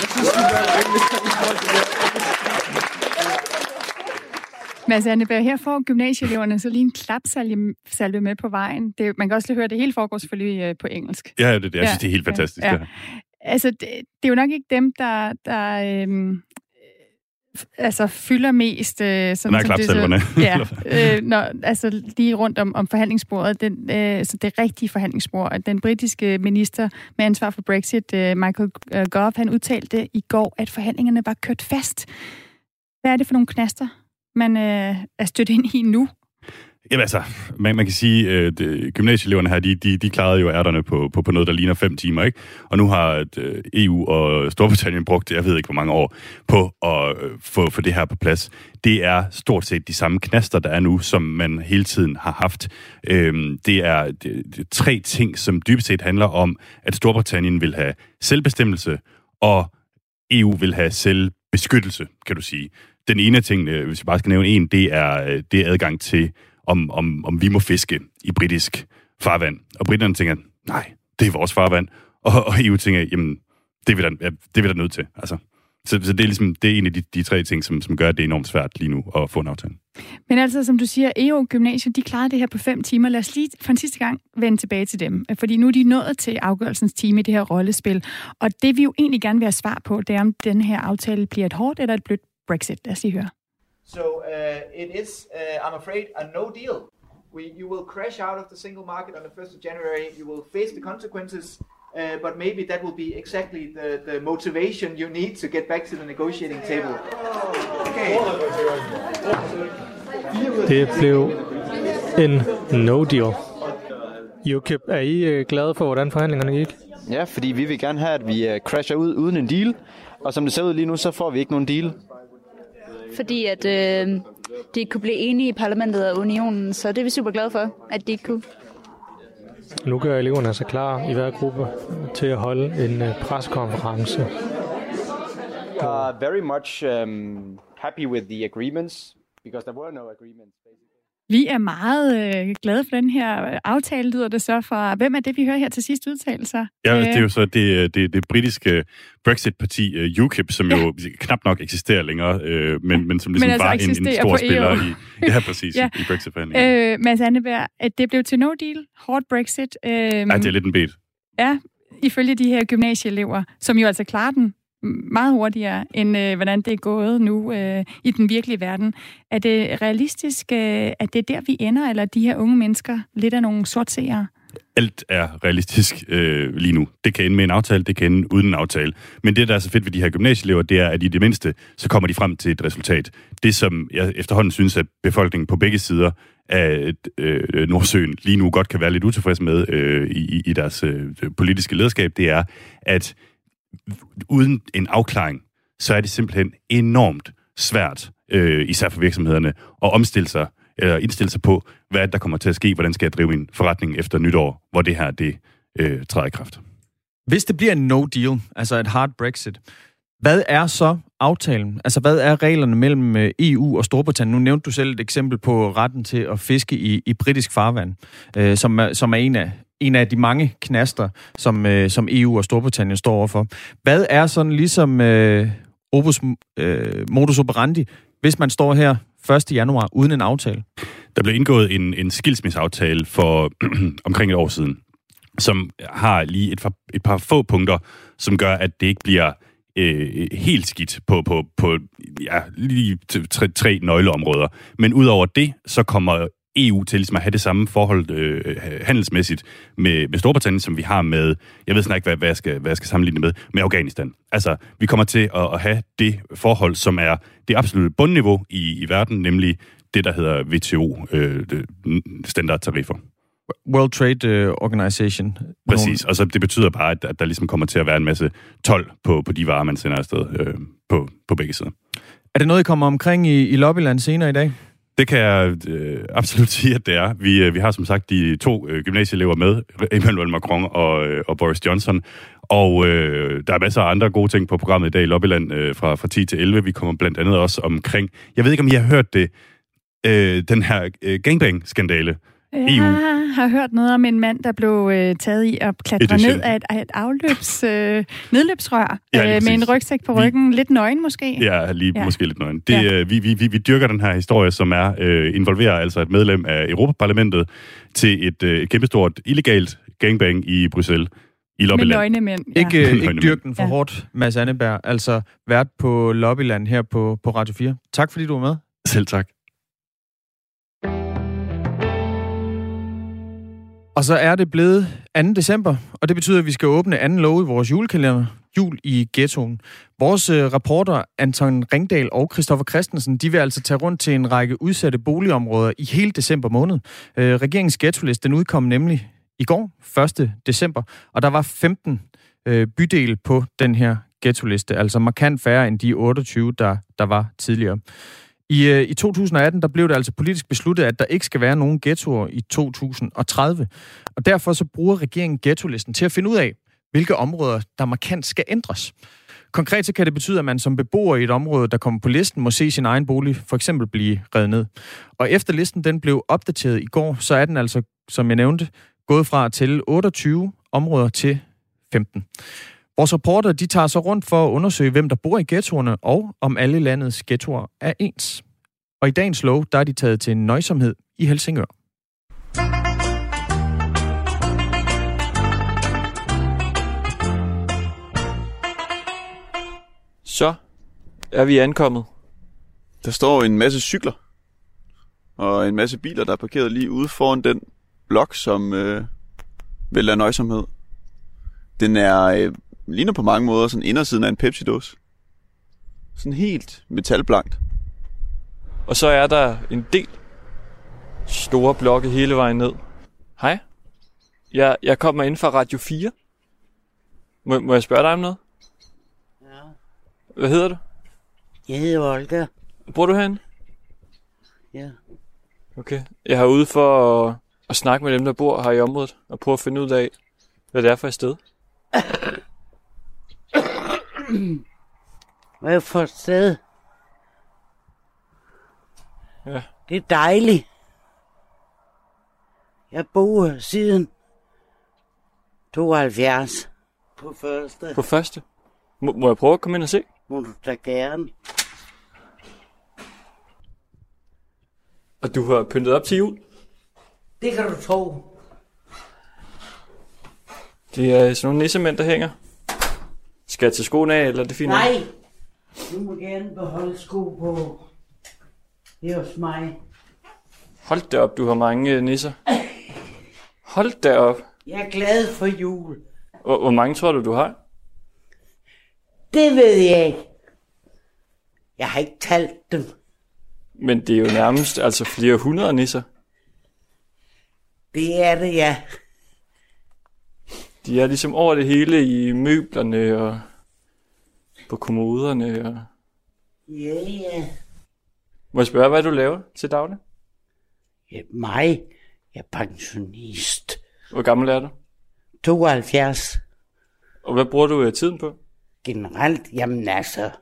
Mads Anneberg, her får gymnasieeleverne så lige en klapsalve med på vejen. Man kan også lige høre, at det hele foregår selvfølgelig på engelsk. Ja, det jeg synes, det er helt fantastisk. Ja. Altså, det er jo nok ikke dem, der altså fylder mest. Sådan klapsalverne. Altså lige rundt om forhandlingsbordet. Så det rigtige forhandlingsbord. Den britiske minister med ansvar for Brexit, Michael Gove, han udtalte i går, at forhandlingerne var kørt fast. Hvad er det for nogle knaster, man er stødt ind i nu? Jamen altså, man kan sige, at gymnasieeleverne her, de klarede jo ærterne på noget, der ligner 5 timer, ikke? Og nu har EU og Storbritannien brugt, jeg ved ikke hvor mange år, på at få det her på plads. Det er stort set de samme knaster, der er nu, som man hele tiden har haft. Det er 3 ting, som dybest set handler om, at Storbritannien vil have selvbestemmelse, og EU vil have selvbeskyttelse, kan du sige. Den ene ting, hvis jeg bare skal nævne en, det er adgang til om vi må fiske i britisk farvand. Og britterne tænker, nej, det er vores farvand. Og EU tænker, jamen, det er vi da nødt til. Altså, så det er ligesom, det er en af de 3 ting, som gør, at det er enormt svært lige nu at få en aftale. Men altså, som du siger, EO Gymnasiet, de klarede det her på 5 timer. Lad os lige for en sidste gang vende tilbage til dem. Fordi nu er de nået til afgørelsens time i det her rollespil. Og det vi jo egentlig gerne vil have svar på, det er, om den her aftale bliver et hårdt eller et blødt Brexit. Lad os lige høre. So it is, I'm afraid, a no deal. You will crash out of the single market on the 1st of January. You will face the consequences. But maybe that will be exactly the motivation you need to get back to the negotiating table. Okay. Det blev en no deal. UKIP, er I glade for, hvordan forhandlingerne gik? Ja, fordi vi vil gerne have, at vi crasher ud uden en deal. Og som det ser ud lige nu, så får vi ikke nogen deal. Fordi at de kunne blive enige i parlamentet og unionen, så det er vi super glade for, at de ikke kunne. Nu gør eleverne sig klar i hver gruppe til at holde en pressekonference. Very much happy with the agreements, because there were no agreements. Vi er meget glade for den her aftale, lyder det så fra. Hvem er det, vi hører her til sidst udtalelser? Ja, det er jo så det britiske Brexit-parti UKIP, som jo knap nok eksisterer længere, men som ligesom var en stor spiller i præcis, ja. I Brexit-forhandlingerne. Mads Anneberg, at det blev til no deal, hårdt Brexit. Ja, det er lidt en bed. Ja, ifølge de her gymnasieelever, som jo altså klarer den meget hurtigere, end hvordan det er gået nu i den virkelige verden. Er det realistisk, at det er der, vi ender, eller de her unge mennesker lidt af nogle sortseere? Alt er realistisk lige nu. Det kan ende med en aftale, det kan ende uden en aftale. Men det, der er så fedt ved de her gymnasieelever, det er, at i det mindste, så kommer de frem til et resultat. Det, som jeg efterhånden synes, at befolkningen på begge sider af Nordsøen lige nu godt kan være lidt utilfreds med i deres politiske lederskab, det er, at uden en afklaring, så er det simpelthen enormt svært, især for virksomhederne, at omstille sig, eller indstille sig på, hvad der kommer til at ske, hvordan skal jeg drive min forretning efter nytår, hvor det her, det træder i kraft. Hvis det bliver en no deal, altså et hard Brexit, hvad er så aftalen? Altså, hvad er reglerne mellem EU og Storbritannien? Nu nævnte du selv et eksempel på retten til at fiske i britisk farvand, som er en af de mange knaster, som EU og Storbritannien står overfor. Hvad er sådan ligesom modus operandi, hvis man står her 1. januar uden en aftale? Der blev indgået en skilsmisseaftale for omkring et år siden, som har lige et par få punkter, som gør, at det ikke bliver helt skidt på lige 3 nøgleområder. Men udover det, så kommer EU til ligesom at have det samme forhold handelsmæssigt med Storbritannien, som vi har med, jeg ved snart ikke, hvad jeg skal sammenligne med Afghanistan. Altså, vi kommer til at have det forhold, som er det absolutte bundniveau i verden, nemlig det, der hedder WTO, standardtariffer. World Trade Organization. Præcis, og så det betyder bare, at der ligesom kommer til at være en masse told på de varer, man sender afsted på begge sider. Er det noget, I kommer omkring i Lobbyland senere i dag? Det kan jeg absolut sige, at det er. Vi har som sagt de 2 gymnasieelever med, Emmanuel Macron og Boris Johnson, og der er masser af andre gode ting på programmet i dag i Lobbyland fra 10 til 11. Vi kommer blandt andet også omkring, jeg ved ikke, om I har hørt det, den her gangbang-skandale. Jeg har hørt noget om en mand, der blev taget i at klatre ned af et nedløbsrør med en rygsæk på ryggen. Lidt nøgen måske? Ja, måske lidt nøgen. Vi dyrker den her historie, som involverer altså et medlem af Europaparlamentet til et kæmpestort illegalt gangbang i Bruxelles. I Lobbyland. Med nøgne mænd. Ja. Ikke dyrk den for hårdt, Mads Anneberg. Altså vært på Lobbyland her på Radio 4. Tak fordi du var med. Selv tak. Og så er det blevet 2. december, og det betyder, at vi skal åbne anden lov i vores julekalender, Jul i Ghettoen. Vores reporter Anton Ringdal og Christoffer Christensen, de vil altså tage rundt til en række udsatte boligområder i hele december måned. Regeringens ghettoliste, den udkom nemlig i går, 1. december, og der var 15 bydele på den her ghettoliste, altså markant færre end de 28, der var tidligere. I 2018, der blev det altså politisk besluttet, at der ikke skal være nogen ghettoer i 2030. Og derfor så bruger regeringen ghettolisten til at finde ud af, hvilke områder, der markant skal ændres. Konkret så kan det betyde, at man som beboer i et område, der kommer på listen, må se sin egen bolig for eksempel blive revet ned. Og efter listen den blev opdateret i går, så er den altså, som jeg nævnte, gået fra at tælle 28 områder til 15. Vores reporter, de tager så rundt for at undersøge, hvem der bor i ghettoerne, og om alle landets ghettoer er ens. Og i dagens lov, der er de taget til nøjsomhed i Helsingør. Så er vi ankommet. Der står en masse cykler og en masse biler, der er parkeret lige ude foran den blok, som vel er nøjsomhed. Den er ligner på mange måder sådan indersiden af en Pepsi-dåse. Sådan helt metalblankt. Og så er der en del store blokke hele vejen ned. Hej. Jeg kommer ind fra Radio 4. Må jeg spørge dig om noget? Ja. Hvad hedder du? Jeg hedder Olga. Bor du herinde? Ja. Okay. Jeg er ude for at snakke med dem, der bor her i området, og prøve at finde ud af, hvad det er for et sted. Hvad for et sted? Ja. Det er dejligt. Jeg bor her siden 72 på første. På første? Må jeg prøve at komme ind og se? Må du da gerne. Og du har pyntet op til jul? Det kan du tro. Det er sådan nogle nissemænd, der hænger. Skal jeg tage skoene af, eller er det fint? Nej, du må gerne beholde sko på. Det er hos mig. Hold da op, du har mange nisser. Hold da op. Jeg er glad for jul. Hvor mange tror du har? Det ved jeg ikke. Jeg har ikke talt dem. Men det er jo nærmest altså flere hundrede nisser. Det er det, ja. De er ligesom over det hele i møblerne og på kommoderne. Og... Ja. Må jeg spørge, hvad du laver til daglig? Ja, mig? Jeg er pensionist. Hvor gammel er du? 72. Og hvad bruger du tiden på? Generelt, jamen altså...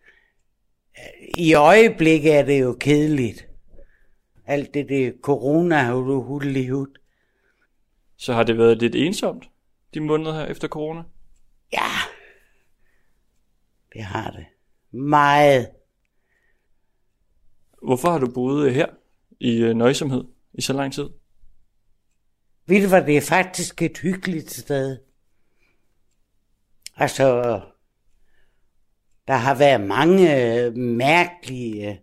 I øjeblikket er det jo kedeligt. Alt det corona har jo hudlig hud. Så har det været lidt ensomt, de måneder her efter corona? Ja, det har det. Meget. Hvorfor har du boet her i nøjsomhed i så lang tid? Ved du hvad, det er faktisk et hyggeligt sted. Altså, der har været mange mærkelige,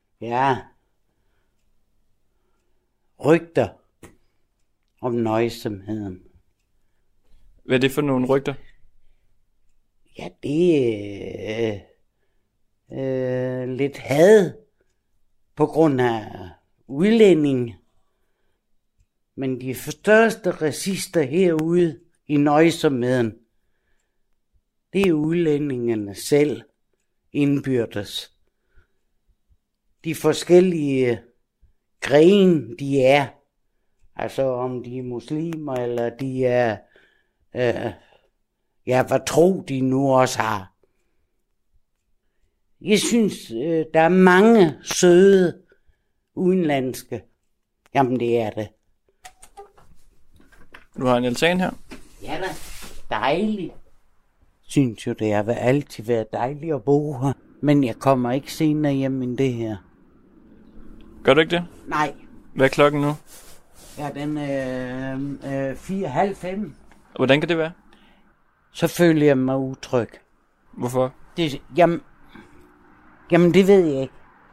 rygter om nøjsomheden. Hvad er det for nogle rygter? Ja, det er lidt had på grund af udlænding. Men de største racister herude i nøjsomheden, det er udlændingene selv indbyrdes. De forskellige grene, de er, altså om de er muslimer, eller de er, hvad tro de nu også har. Jeg synes, der er mange søde udenlandske. Jamen, det er det. Du har en altan her. Ja da, dejligt. Synes jo, det har altid været dejligt at bo her. Men jeg kommer ikke senere hjem end det her. Gør du ikke det? Nej. Hvad er klokken nu? Ja, den er 4:30. Hvordan kan det være? Så føler jeg mig utryg. Hvorfor? Jamen, det ved jeg ikke.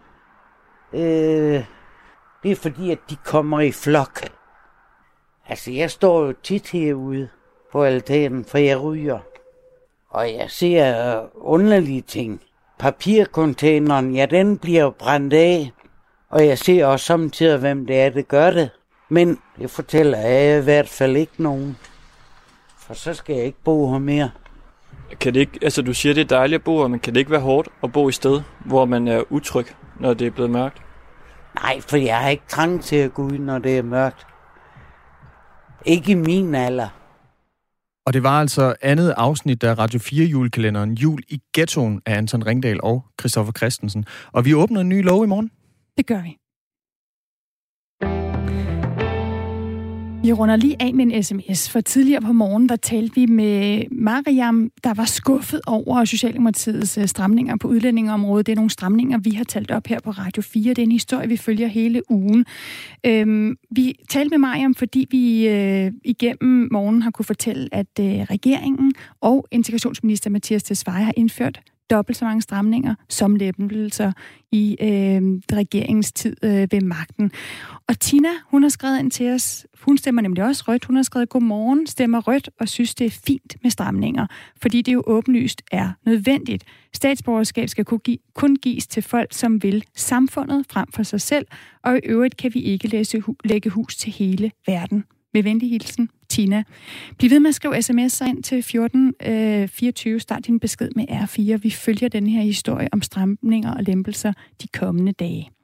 Det er fordi, at de kommer i flok. Altså, jeg står jo tit herude på altanen, for jeg ryger. Og jeg ser underlige ting. Papircontaineren, ja, den bliver brændt af. Og jeg ser også samtidig, hvem det er, det gør det. Men det fortæller jeg i hvert fald ikke nogen. For så skal jeg ikke bo her mere. Kan det ikke, altså du siger, det er dejligt at bo her, men kan det ikke være hårdt at bo i sted, hvor man er utryg, når det er blevet mørkt? Nej, for jeg har ikke trang til at gå ud, når det er mørkt. Ikke i min alder. Og det var altså andet afsnit af Radio 4 julekalenderen Jul i Ghettoen af Anton Ringdal og Christoffer Christensen. Og vi åbner en ny lov i morgen. Det gør vi. Vi runder lige af med en sms, for tidligere på morgen, der talte vi med Mariam, der var skuffet over Socialdemokratiets stramninger på udlændingeområdet. Det er nogle stramninger, vi har talt op her på Radio 4. Det er en historie, vi følger hele ugen. Vi talte med Mariam, fordi vi igennem morgen har kunne fortælle, at regeringen og integrationsminister Mattias Tesfaye har indført dobbelt så mange stramninger som lempelser i regeringens tid ved magten. Og Tina, hun har skrevet ind til os, hun stemmer nemlig også rødt, hun har skrevet godmorgen, stemmer rødt og synes, det er fint med stramninger, fordi det jo åbenlyst er nødvendigt. Statsborgerskab skal kun gives til folk, som vil samfundet frem for sig selv, og i øvrigt kan vi ikke lægge hus til hele verden. Med venlig hilsen, Tina. Bliv ved med at skrive sms'er ind til 1424. Start din besked med R4. Vi følger den her historie om stramninger og lempelser de kommende dage.